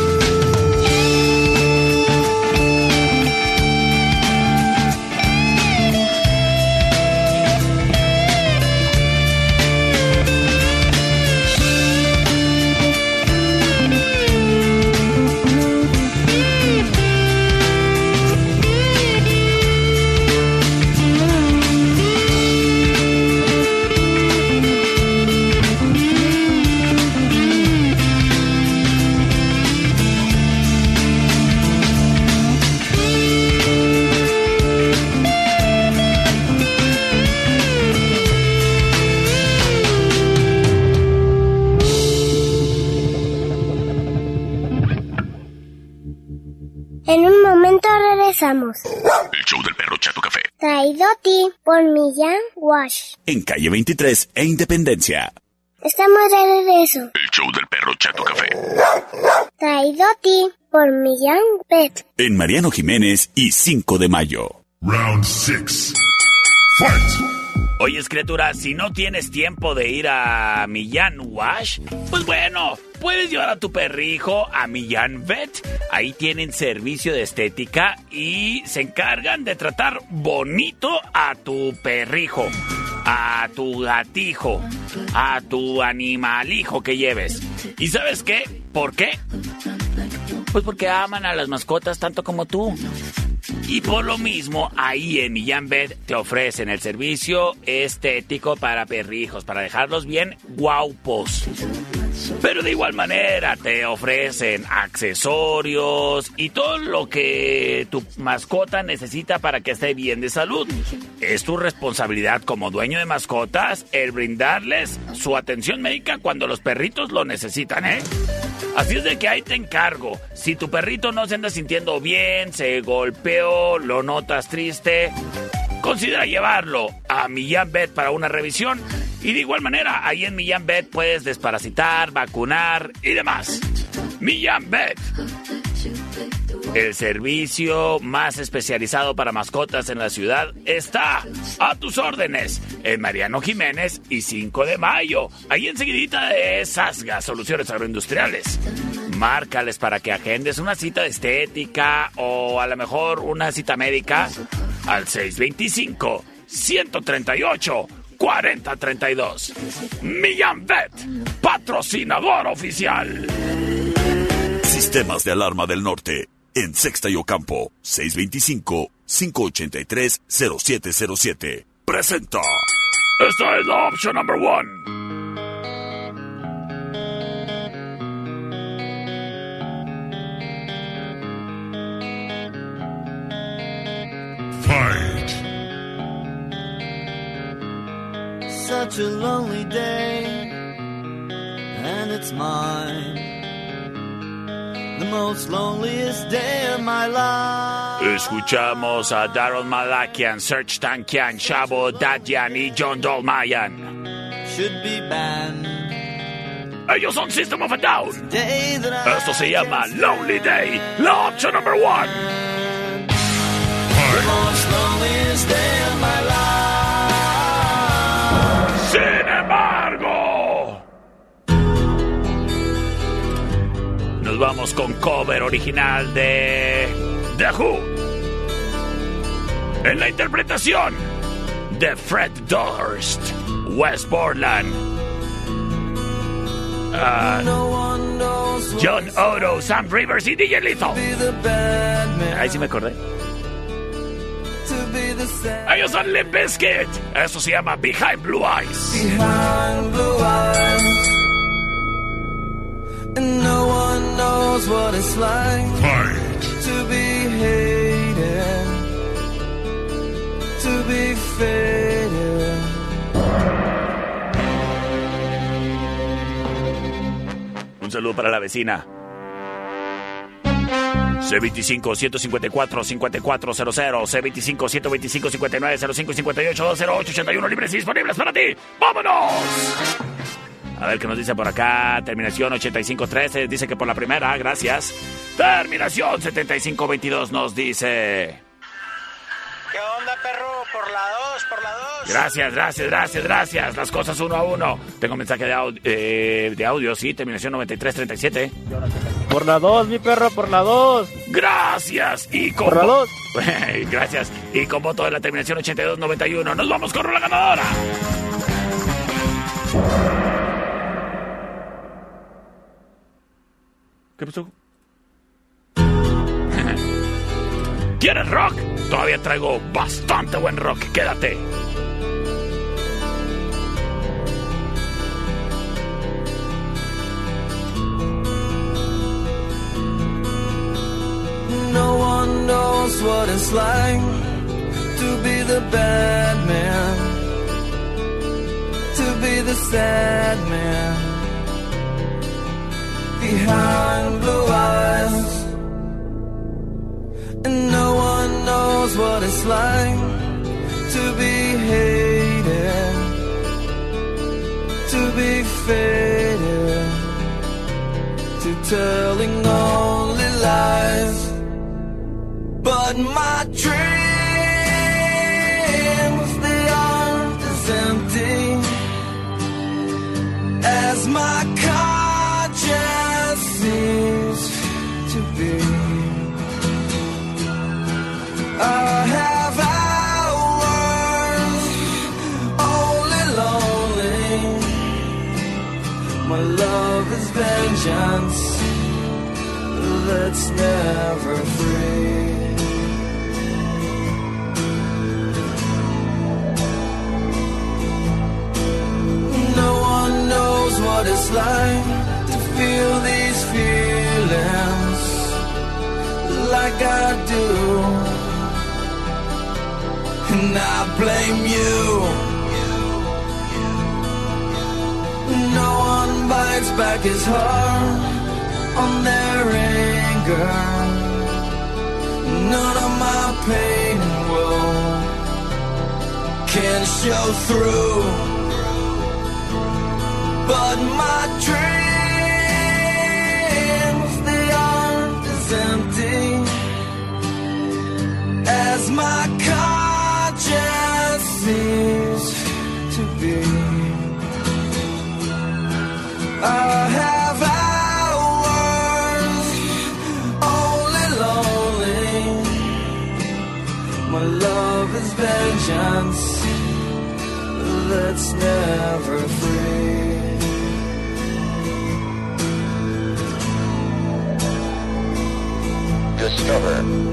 En un momento regresamos. El show del perro Chato Café. Traído a ti por Millán Wash. En calle 23 e Independencia. Estamos de regreso. El show del perro Chato Café. Traído a ti por Millán Pet. En Mariano Jiménez y 5 de Mayo. Round 6. Fight. Oyes, criatura, si no tienes tiempo de ir a Millán Wash, pues bueno, puedes llevar a tu perrijo a Millán Vet. Ahí tienen servicio de estética y se encargan de tratar bonito a tu perrijo, a tu gatijo, a tu animalijo que lleves. ¿Y sabes qué? ¿Por qué? Pues porque aman a las mascotas tanto como tú. Y por lo mismo, ahí en Millán Vet te ofrecen el servicio estético para perrijos, para dejarlos bien guapos. Pero de igual manera te ofrecen accesorios y todo lo que tu mascota necesita para que esté bien de salud. Es tu responsabilidad como dueño de mascotas el brindarles su atención médica cuando los perritos lo necesitan, ¿eh? Así es de que ahí te encargo. Si tu perrito no se anda sintiendo bien, se golpeó, lo notas triste, considera llevarlo a Millán Vet para una revisión. Y de igual manera, ahí en Millán Vet puedes desparasitar, vacunar y demás. Millán Vet, el servicio más especializado para mascotas en la ciudad, está a tus órdenes en Mariano Jiménez y 5 de Mayo, ahí enseguidita de Sasga Soluciones Agroindustriales. Márcales para que agendes una cita de estética o a lo mejor una cita médica al 625-138-4032. Millán Vet, patrocinador oficial. Sistemas de Alarma del Norte, en Sexta y Ocampo, 625-583-0707. Presenta. Esta es la opción number 1. Fight. Such a lonely day, and it's mine. The most loneliest day of my life. Escuchamos a Daryl Malakian, Serge Tankian, Shabo Dadyan y John Dolmayan. Should be banned. Ellos son System of a Down. Esto se llama Lonely Day, la opción number 1. The most loneliest day of my life. Sin embargo, nos vamos con cover original de The Who, en la interpretación de Fred Durst, Wes Borland, John Otto, Sam Rivers y DJ Lethal. Ahí sí me acordé. Ellos son Limp Bizkit. Eso se llama Behind Blue Eyes. Behind blue eyes, and no one knows what it's like to be hated, to be faded. Un saludo para la vecina. C25-154-5400, C25-125-5905 y 58-208-81 libres y disponibles para ti. ¡Vámonos! A ver qué nos dice por acá. Terminación 8513 dice que por la primera, gracias. Terminación 7522 nos dice... ¿Qué onda, perro? Por la 2, por la 2. Gracias. Las cosas uno a uno. Tengo mensaje de audio, sí. Terminación 9337. Por la 2, mi perro, por la 2. Gracias. Y con por la 2. Gracias. Y con voto de la terminación 8291. Nos vamos con la ganadora. ¿Qué pasó? ¿Quieres rock? Todavía traigo bastante buen rock. Quédate. No one knows what it's like to be the bad man, to be the sad man. Behind blue eyes, and no one knows what it's like to be hated, to be faded, to telling only lies. But my dreams, they aren't as empty as my conscience seems to be. I have hours only lonely. My love is vengeance that's never free. No one knows what it's like like I do, and I blame you. No one bites back as hard on their anger. None of my pain and woe can show through, but my dreams, they aren't as empty as my conscience seems to be. I have hours only lonely. My love is vengeance that's never free. Discover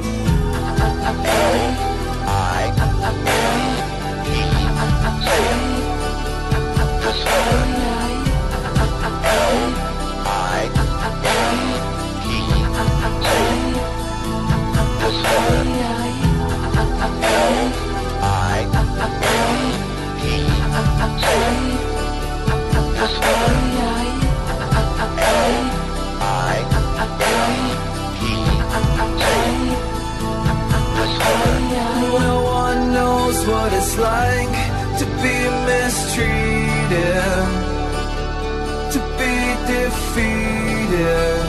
No one knows what it's like to be mistreated, to be defeated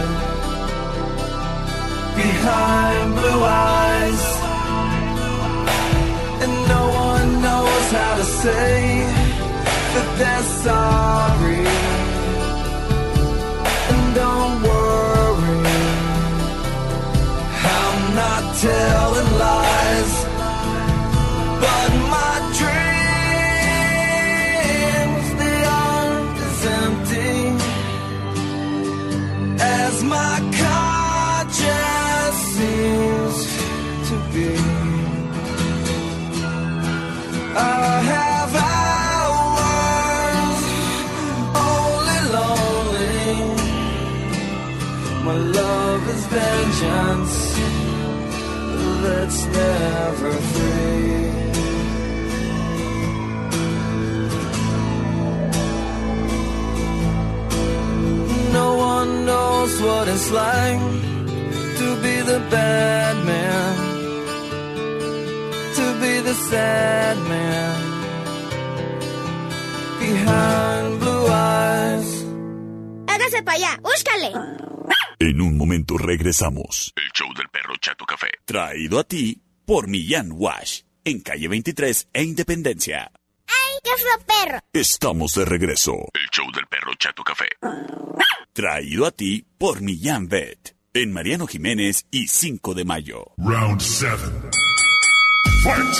behind blue eyes, and no one knows how to say that they're sorry. And don't worry, I'm not telling lies, but my dreams, they aren't as empty as my conscience seems to be. I have hours only lonely. My love is vengeance that's never free. No one knows what it's like to be the bad man, to be the sad man behind blue eyes. Hágase para allá, búscale. En un momento regresamos. El show del perro Chato Café. Traído a ti por Millán Wash. En calle 23 e Independencia. ¡Ay, qué feo perro! Estamos de regreso. El show del perro Chato Café. Traído a ti por Millán Vet. En Mariano Jiménez y 5 de Mayo. Round 7. Fight.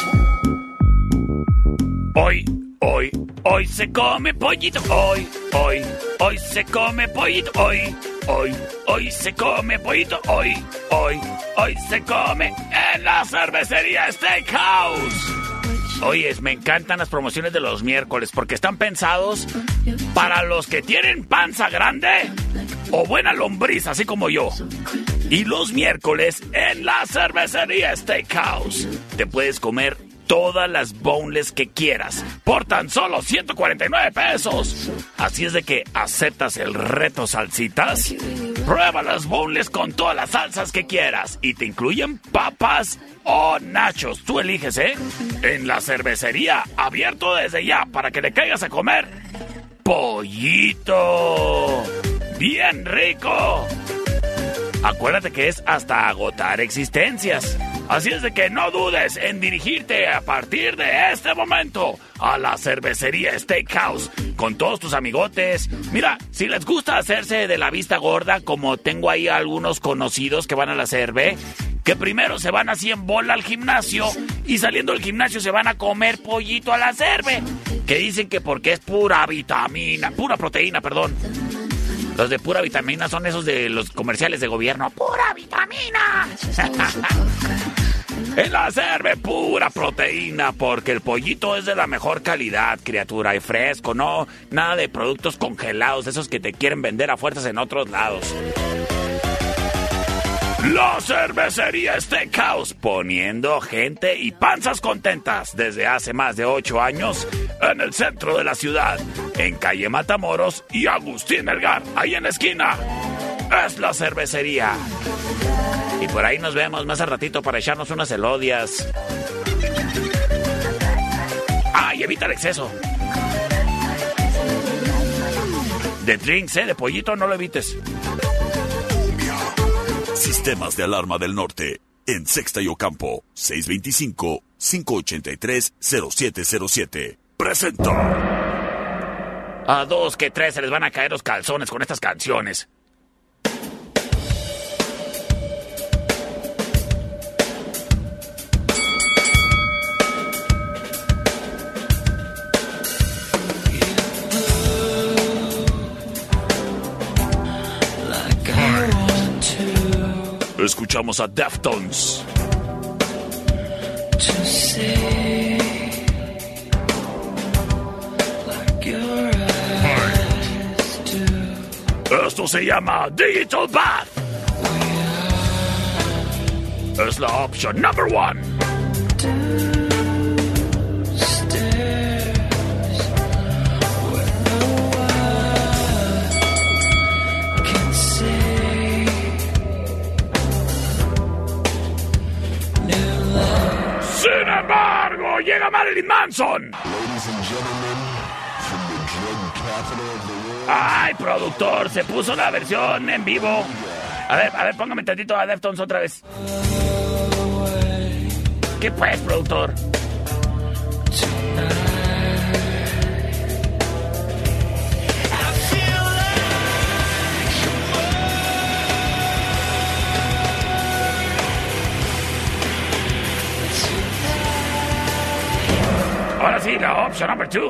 Hoy se come pollito. Hoy se come pollito. Hoy se come pollito. Hoy se come en la cervecería Steakhouse. Oyes, me encantan las promociones de los miércoles porque están pensados para los que tienen panza grande o buena lombriz, así como yo. Y los miércoles en la cervecería Steakhouse te puedes comer todas las boneless que quieras por tan solo 149 pesos. Así es de que aceptas el reto salsitas. Prueba las boneless con todas las salsas que quieras y te incluyen papas o nachos. Tú eliges, ¿eh? En la cervecería, abierto desde ya para que le caigas a comer pollito. ¡Bien rico! Acuérdate que es hasta agotar existencias. Así es de que no dudes en dirigirte a partir de este momento a la cervecería Steakhouse con todos tus amigotes. Mira, si les gusta hacerse de la vista gorda, como tengo ahí algunos conocidos que van a la cerve, que primero se van así en bola al gimnasio y saliendo del gimnasio se van a comer pollito a la cerve, que dicen que porque es pura proteína, perdón. Los de pura vitamina son esos de los comerciales de gobierno. ¡Pura vitamina! En la cerve, pura proteína, porque el pollito es de la mejor calidad, criatura, y fresco, no nada de productos congelados, esos que te quieren vender a fuerzas en otros lados. La Cervecería Steakhouse, poniendo gente y panzas contentas desde hace más de 8 años en el centro de la ciudad, en calle Matamoros y Agustín Melgar, ahí en la esquina. Es la cervecería. Y por ahí nos vemos más al ratito para echarnos unas elodias. Y evita el exceso de drinks, de pollito, no lo evites. Sistemas de Alarma del Norte, en Sexta y Ocampo, 625-583-0707. Presenta. A 2 que 3 se les van a caer los calzones con estas canciones. Escuchamos a Deftones. Esto se llama Digital Bath. Es la opción number 1. Sin embargo, llega Marilyn Manson. Ay, productor, se puso la versión en vivo. A ver, póngame tantito a Deftones otra vez. ¿Qué pues, productor? Ahora sí, la opción number 2.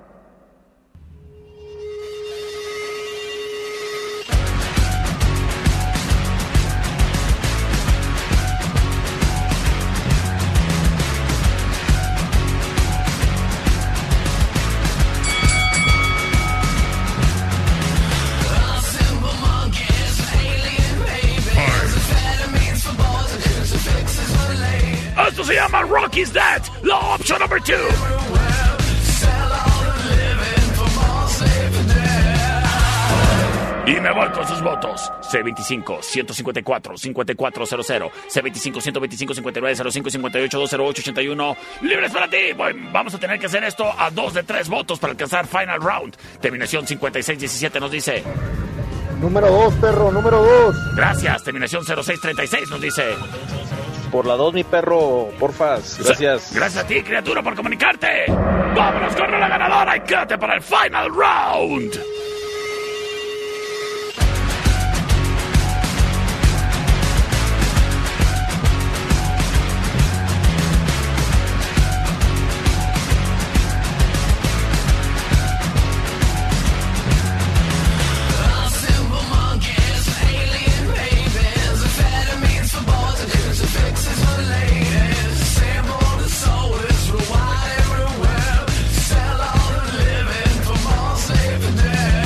Esto se llama Rocky's Dead, la opción number 2. Y me voy con sus votos. C25-154-5400, C25-125-5905-58-208-81. ¡Libres para ti! Bueno, vamos a tener que hacer esto a 2 de 3 votos para alcanzar Final Round. Terminación 5617 nos dice... Número 2, perro, número 2. Gracias. Terminación 0636 nos dice... Por la 2, mi perro, porfas. Gracias. Gracias a ti, criatura, por comunicarte. Vámonos con la ganadora y quédate para el Final Round. Sell all the living for more safe and dead.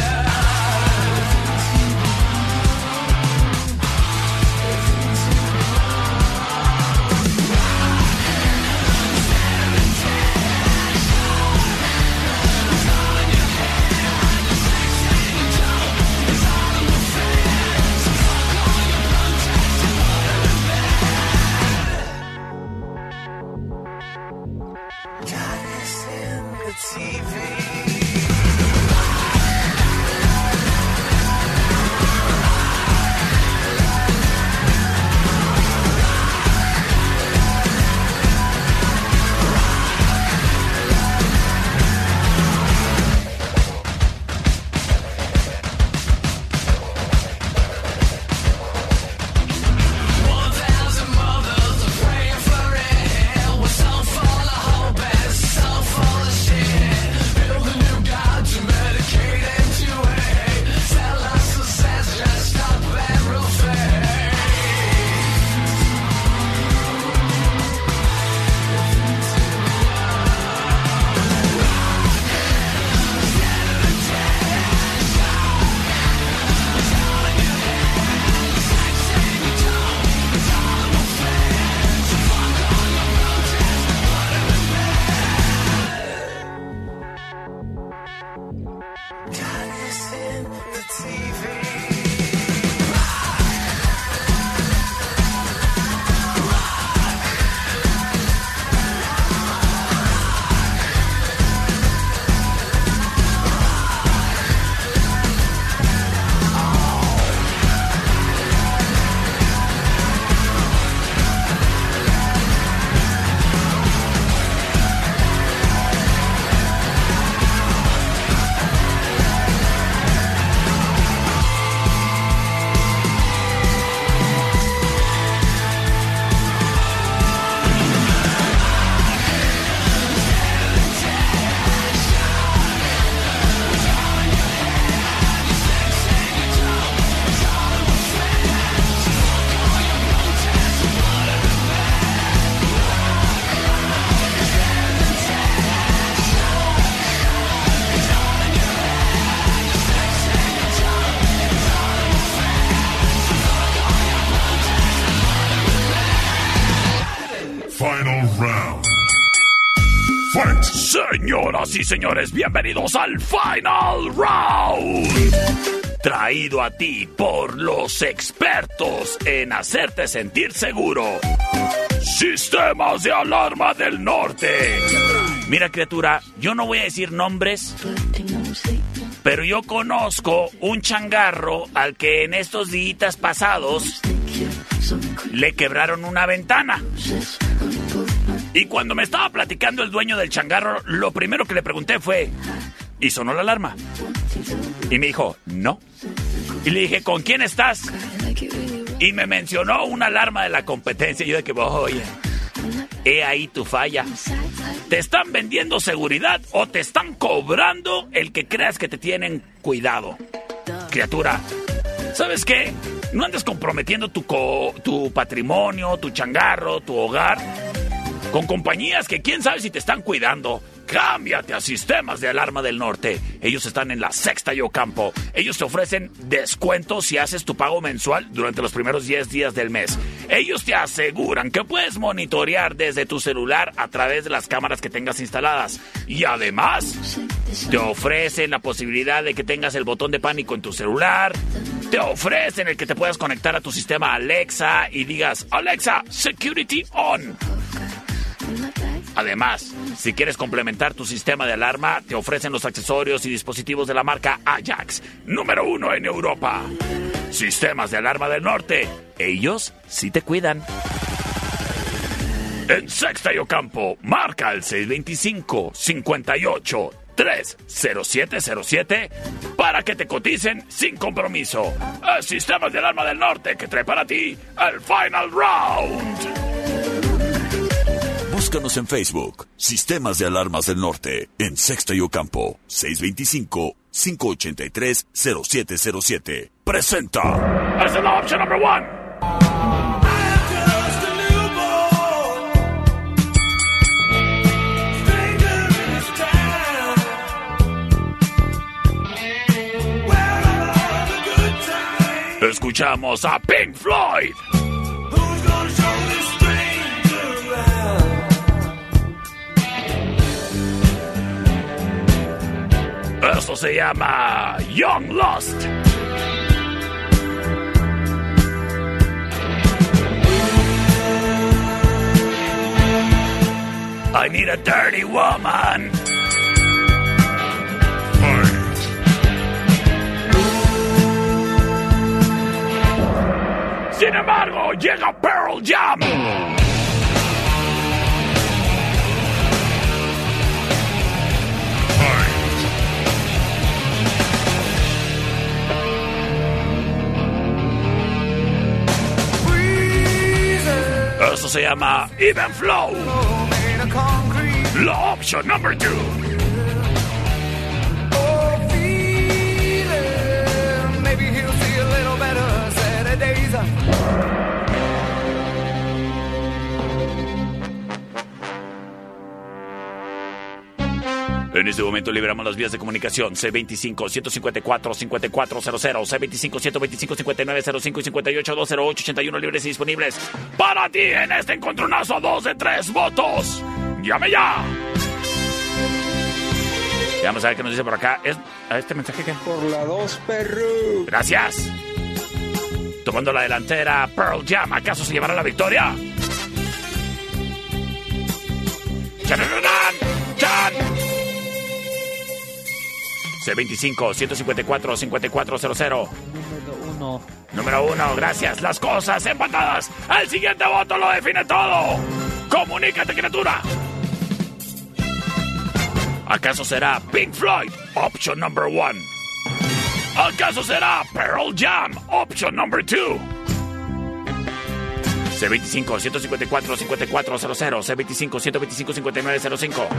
Final round. Fight. Señoras y señores, bienvenidos al Final Round. Traído a ti por los expertos en hacerte sentir seguro. Sistemas de Alarma del Norte. Mira, criatura, yo no voy a decir nombres, pero yo conozco un changarro al que en estos días pasados le quebraron una ventana. Y cuando me estaba platicando el dueño del changarro, lo primero que le pregunté fue, ¿y sonó la alarma? Y me dijo, no. Y le dije, ¿con quién estás? Y me mencionó una alarma de la competencia. Y yo de que, oye, he ahí tu falla. ¿Te están vendiendo seguridad o te están cobrando el que creas que te tienen cuidado? Criatura, ¿sabes qué? No andes comprometiendo tu patrimonio, tu changarro, tu hogar con compañías que quién sabe si te están cuidando. Cámbiate a Sistemas de Alarma del Norte. Ellos están en la Sexta y Ocampo. Ellos te ofrecen descuentos si haces tu pago mensual durante los primeros 10 días del mes. Ellos te aseguran que puedes monitorear desde tu celular a través de las cámaras que tengas instaladas. Y además, te ofrecen la posibilidad de que tengas el botón de pánico en tu celular. Te ofrecen el que te puedas conectar a tu sistema Alexa y digas, Alexa, Security On. Además, si quieres complementar tu sistema de alarma, te ofrecen los accesorios y dispositivos de la marca Ajax, número 1 en Europa. Sistemas de Alarma del Norte. Ellos sí te cuidan. En Sexta y Ocampo, marca el 625-58-30707 para que te coticen sin compromiso. El Sistemas de Alarma del Norte que trae para ti el Final Round. Búscanos en Facebook, Sistemas de Alarmas del Norte, en Sexta y Ocampo, 625-583-0707. Presenta. Esa es la opción número 1. Escuchamos a Pink Floyd. Esto se llama Young Lust. I need a dirty woman. Sin embargo, llega Pearl Jam. Eso se llama Even Flow. La opción number 2. En este momento liberamos las vías de comunicación C25-154-5400, C25-125-5905 y 58-208-81 libres y disponibles para ti en este encontronazo a 2 de 3 votos. ¡Llame ya! Vamos a ver qué nos dice por acá. ¿Este mensaje qué? Por la 2, perro. Gracias. Tomando la delantera, Pearl Jam, ¿acaso se llevará la victoria? ¡Chan! C25-154-5400. Número 1, gracias. Las cosas empatadas. El siguiente voto lo define todo. Comunícate, criatura. ¿Acaso será Pink Floyd? Option number 1. ¿Acaso será Pearl Jam? Option number 2. C25-154-5400, C25-125-5905.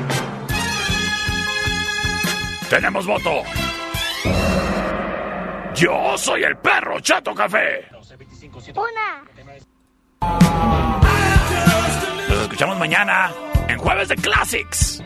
Tenemos voto. Yo soy el perro Chato Café. Una. Nos escuchamos mañana en Jueves de Classics.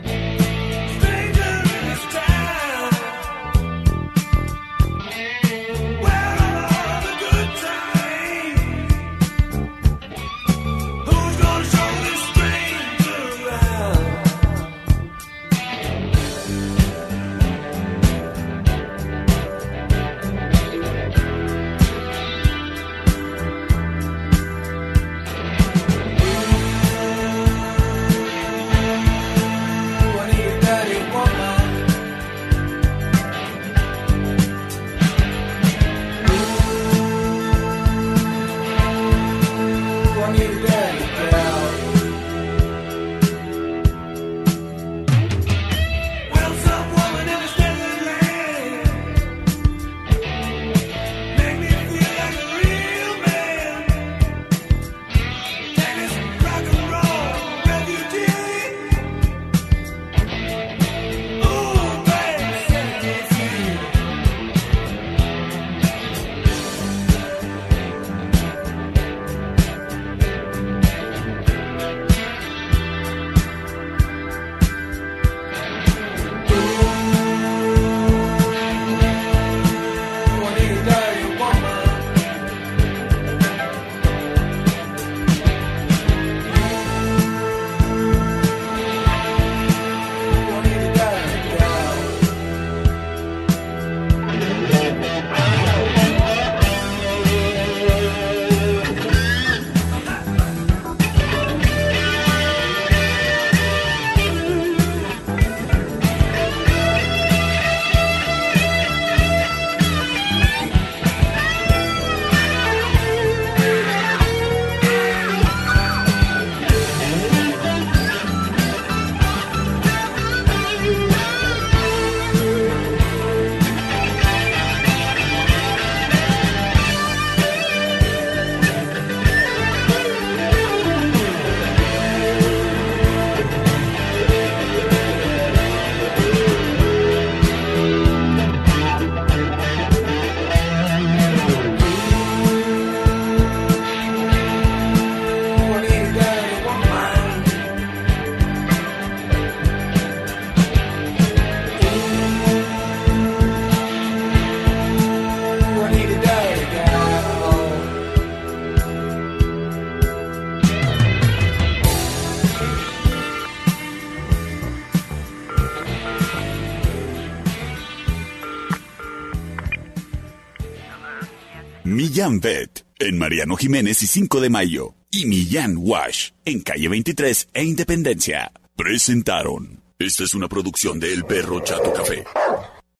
Millán Vet, en Mariano Jiménez y 5 de Mayo. Y Millán Wash, en Calle 23 e Independencia. Presentaron. Esta es una producción de El Perro Chato Café.